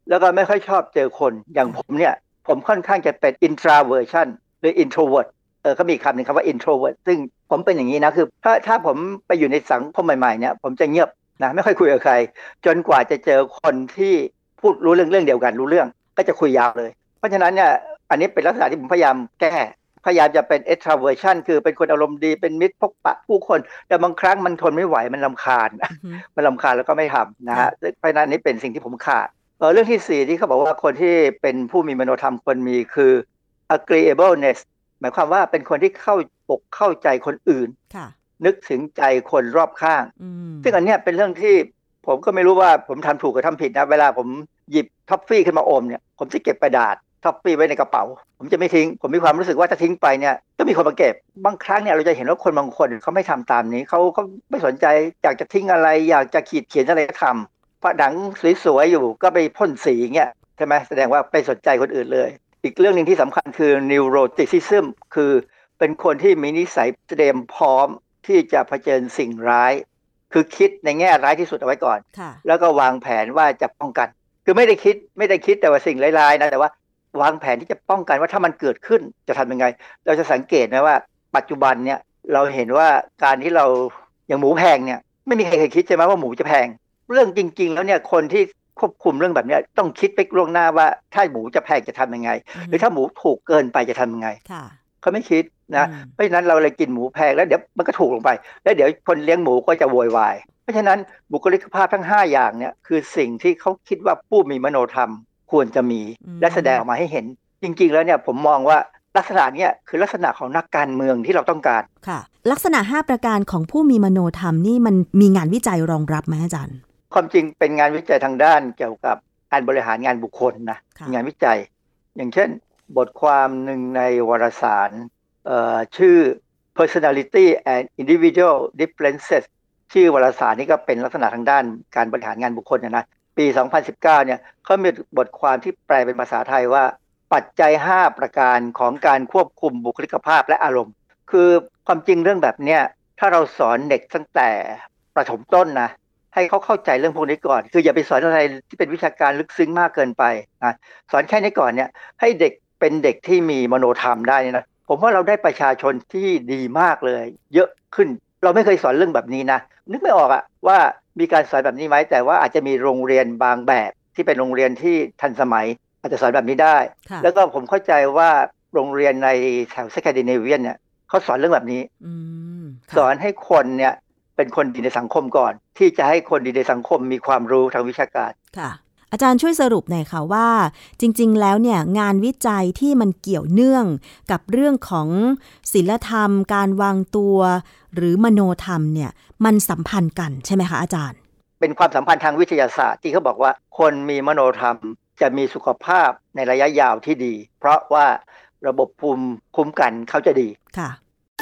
แล้วก็ไม่ค่อยชอบเจอคนอย่างผมเนี่ยผมค่อนข้างจะเป็น introversion หรือ introvert ก็มีคำหนึ่งคำว่า introvert ซึ่งผมเป็นอย่างนี้นะคือถ้าผมไปอยู่ในสังคมใหม่ๆเนี่ยผมจะเงียบนะไม่ค่อยคุยกับใครจนกว่าจะเจอคนที่พูดรู้เรื่องเดียวกันรู้เรื่องก็จะคุยยาวเลยเพราะฉะนั้นเนี่ยอันนี้เป็นลักษณะที่ผมพยายามแก้พยายามจะเป็น extraversion คือเป็นคนอารมณ์ดีเป็นมิตรพบปะผู้คนแต่บางครั้งมันทนไม่ไหวมันรำคาญ มันรำคาญแล้วก็ไม่ทำนะฮะเพราะฉะนั้นนี่เป็นสิ่งที่ผมขาดเรื่องที่4ที่เขาบอกว่าคนที่เป็นผู้มีมโนธรรมควรมีคือ agreeableness หมายความว่าเป็นคนที่เข้าใจคนอื่นนึกถึงใจคนรอบข้างซึ่งอันนี้เป็นเรื่องที่ผมก็ไม่รู้ว่าผมทำถูกหรือทำผิดนะเวลาผมหยิบท็อฟฟี่ขึ้นมาอมเนี่ยผมจะเก็บกระดาษท็อฟฟี่ไว้ในกระเป๋าผมจะไม่ทิ้งผมมีความรู้สึกว่าถ้าทิ้งไปเนี่ยต้องมีคนมาเก็บบางครั้งเนี่ยเราจะเห็นว่าคนบางคนเขาไม่ทำตามนี้เขาไม่สนใจอยากจะทิ้งอะไรอยากจะขีดเขียนอะไรก็ทำพอหนังสวยๆอยู่ก็ไปพ่นสีเงี้ยใช่ไหมแสดงว่าไม่สนใจคนอื่นเลยอีกเรื่องนึงที่สำคัญคือ neuroticism คือเป็นคนที่มีนิสัยเตรียมพร้อมที่จะเผชิญสิ่งร้ายคือคิดในแง่ร้ายที่สุดเอาไว้ก่อนแล้วก็วางแผนว่าจะป้องกันคือไม่ได้คิดแต่ว่าสิ่งร้ายๆนะแต่ว่าวางแผนที่จะป้องกันว่าถ้ามันเกิดขึ้นจะทำยังไงเราจะสังเกตนะว่าปัจจุบันเนี่ยเราเห็นว่าการที่เราอย่างหมูแพงเนี่ยไม่มีใครเคยคิดใช่ไหมว่าหมูจะแพงเรื่องจริงๆแล้วเนี่ยคนที่ควบคุมเรื่องแบบนี้ต้องคิดไปล่วงหน้าว่าถ้าหมูจะแพงจะทำยังไงหรือถ้าหมูถูกเกินไปจะทำยังไงเขาไม่คิดนะเพราะฉะนั้นเราเลยกินหมูแพงแล้วเดี๋ยวมันก็ถูกลงไปแล้วเดี๋ยวคนเลี้ยงหมูก็จะโวยวายเพราะฉะนั้นบุคลิกภาพทั้ง5อย่างเนี่ยคือสิ่งที่เขาคิดว่าผู้มีมโนธรรมควรจะมีและแสดงออกมาให้เห็นจริงๆแล้วเนี่ยผมมองว่าลักษณะนี้คือลักษณะของนักการเมืองที่เราต้องการค่ะลักษณะ5ประการของผู้มีมโนธรรมนี่มันมีงานวิจัยรองรับไหมอาจารย์ความจริงเป็นงานวิจัยทางด้านเกี่ยวกับการบริหารงานบุคคลนะงานวิจัยอย่างเช่นบทความหนึ่งในวารสารชื่อ personality and individual differences ชื่อวารสารนี้ก็เป็นลักษณะทางด้านการบริหารงานบุคคลนะปี 2019 เนี่ยเขามีบทความที่แปลเป็นภาษาไทยว่าปัจจัย5ประการของการควบคุมบุคลิกภาพและอารมณ์คือความจริงเรื่องแบบเนี้ยถ้าเราสอนเด็กตั้งแต่ประถมต้นนะให้เขาเข้าใจเรื่องพวกนี้ก่อนคืออย่าไปสอนอะไรที่เป็นวิชาการลึกซึ้งมากเกินไปนะสอนแค่นี้ก่อนเนี่ยให้เด็กเป็นเด็กที่มีมโนธรรมได้นะผมว่าเราได้ประชาชนที่ดีมากเลยเยอะขึ้นเราไม่เคยสอนเรื่องแบบนี้นะนึกไม่ออกอะว่ามีการสอนแบบนี้ไหมแต่ว่าอาจจะมีโรงเรียนบางแบบที่เป็นโรงเรียนที่ทันสมัยอาจจะสอนแบบนี้ได้แล้วก็ผมเข้าใจว่าโรงเรียนในแถวสแกนดิเนเวียนเนี่ยเขาสอนเรื่องแบบนี้สอนให้คนเนี่ยเป็นคนดีในสังคมก่อนที่จะให้คนดีในสังคมมีความรู้ทางวิชาการค่ะอาจารย์ช่วยสรุปหน่อยค่ะว่าจริงๆแล้วเนี่ยงานวิจัยที่มันเกี่ยวเนื่องกับเรื่องของศีลธรรมการวางตัวหรือมโนธรรมเนี่ยมันสัมพันธ์กันใช่ไหมคะอาจารย์เป็นความสัมพันธ์ทางวิทยาศาสตร์ที่เขาบอกว่าคนมีมโนธรรมจะมีสุขภาพในระยะยาวที่ดีเพราะว่าระบบภูมิคุ้มกันเขาจะดีค่ะ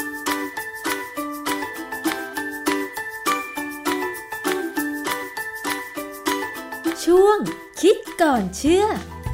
ช่วงคิดก่อนเชื่อ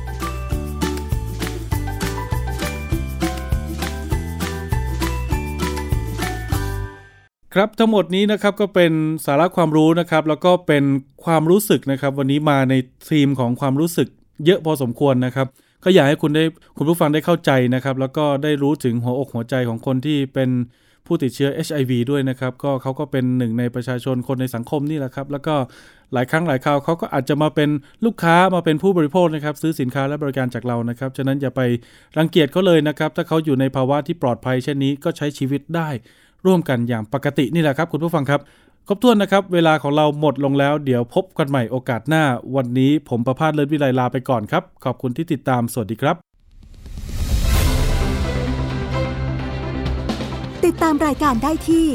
ครับทั้งหมดนี้นะครับก็เป็นสาระความรู้นะครับแล้วก็เป็นความรู้สึกนะครับวันนี้มาในธีมของความรู้สึกเยอะพอสมควรนะครับก็อยากให้คุณผู้ฟังได้เข้าใจนะครับแล้วก็ได้รู้ถึงหัวอกหัวใจของคนที่เป็นผู้ติดเชื้อ HIV ด้วยนะครับก็เขาก็เป็นหนึ่งในประชาชนคนในสังคมนี่แหละครับแล้วก็หลายครั้งหลายคราวเขาก็อาจจะมาเป็นลูกค้ามาเป็นผู้บริโภคนะครับซื้อสินค้าและบริการจากเรานะครับฉะนั้นอย่าไปรังเกียจเขาเลยนะครับถ้าเขาอยู่ในภาวะที่ปลอดภัยเช่นนี้ก็ใช้ชีวิตได้ร่วมกันอย่างปกตินี่แหละครับคุณผู้ฟังครับครบถ้วนนะครับเวลาของเราหมดลงแล้วเดี๋ยวพบกันใหม่โอกาสหน้าวันนี้ผมประภาส เลิศวิไลลาไปก่อนครับขอบคุณที่ติดตามสวัสดีครับติดตามรายการได้ที่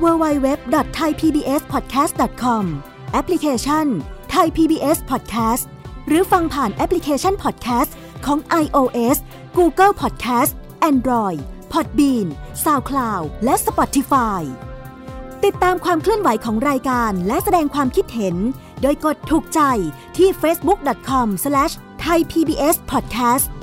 www.thaipbspodcast.com แอปพลิเคชัน Thai PBS Podcast หรือฟังผ่านแอปพลิเคชัน Podcast ของ iOS Google Podcast Android Podbean SoundCloud และ Spotify ติดตามความเคลื่อนไหวของรายการและแสดงความคิดเห็นโดยกดถูกใจที่ facebook.com/thaipbspodcast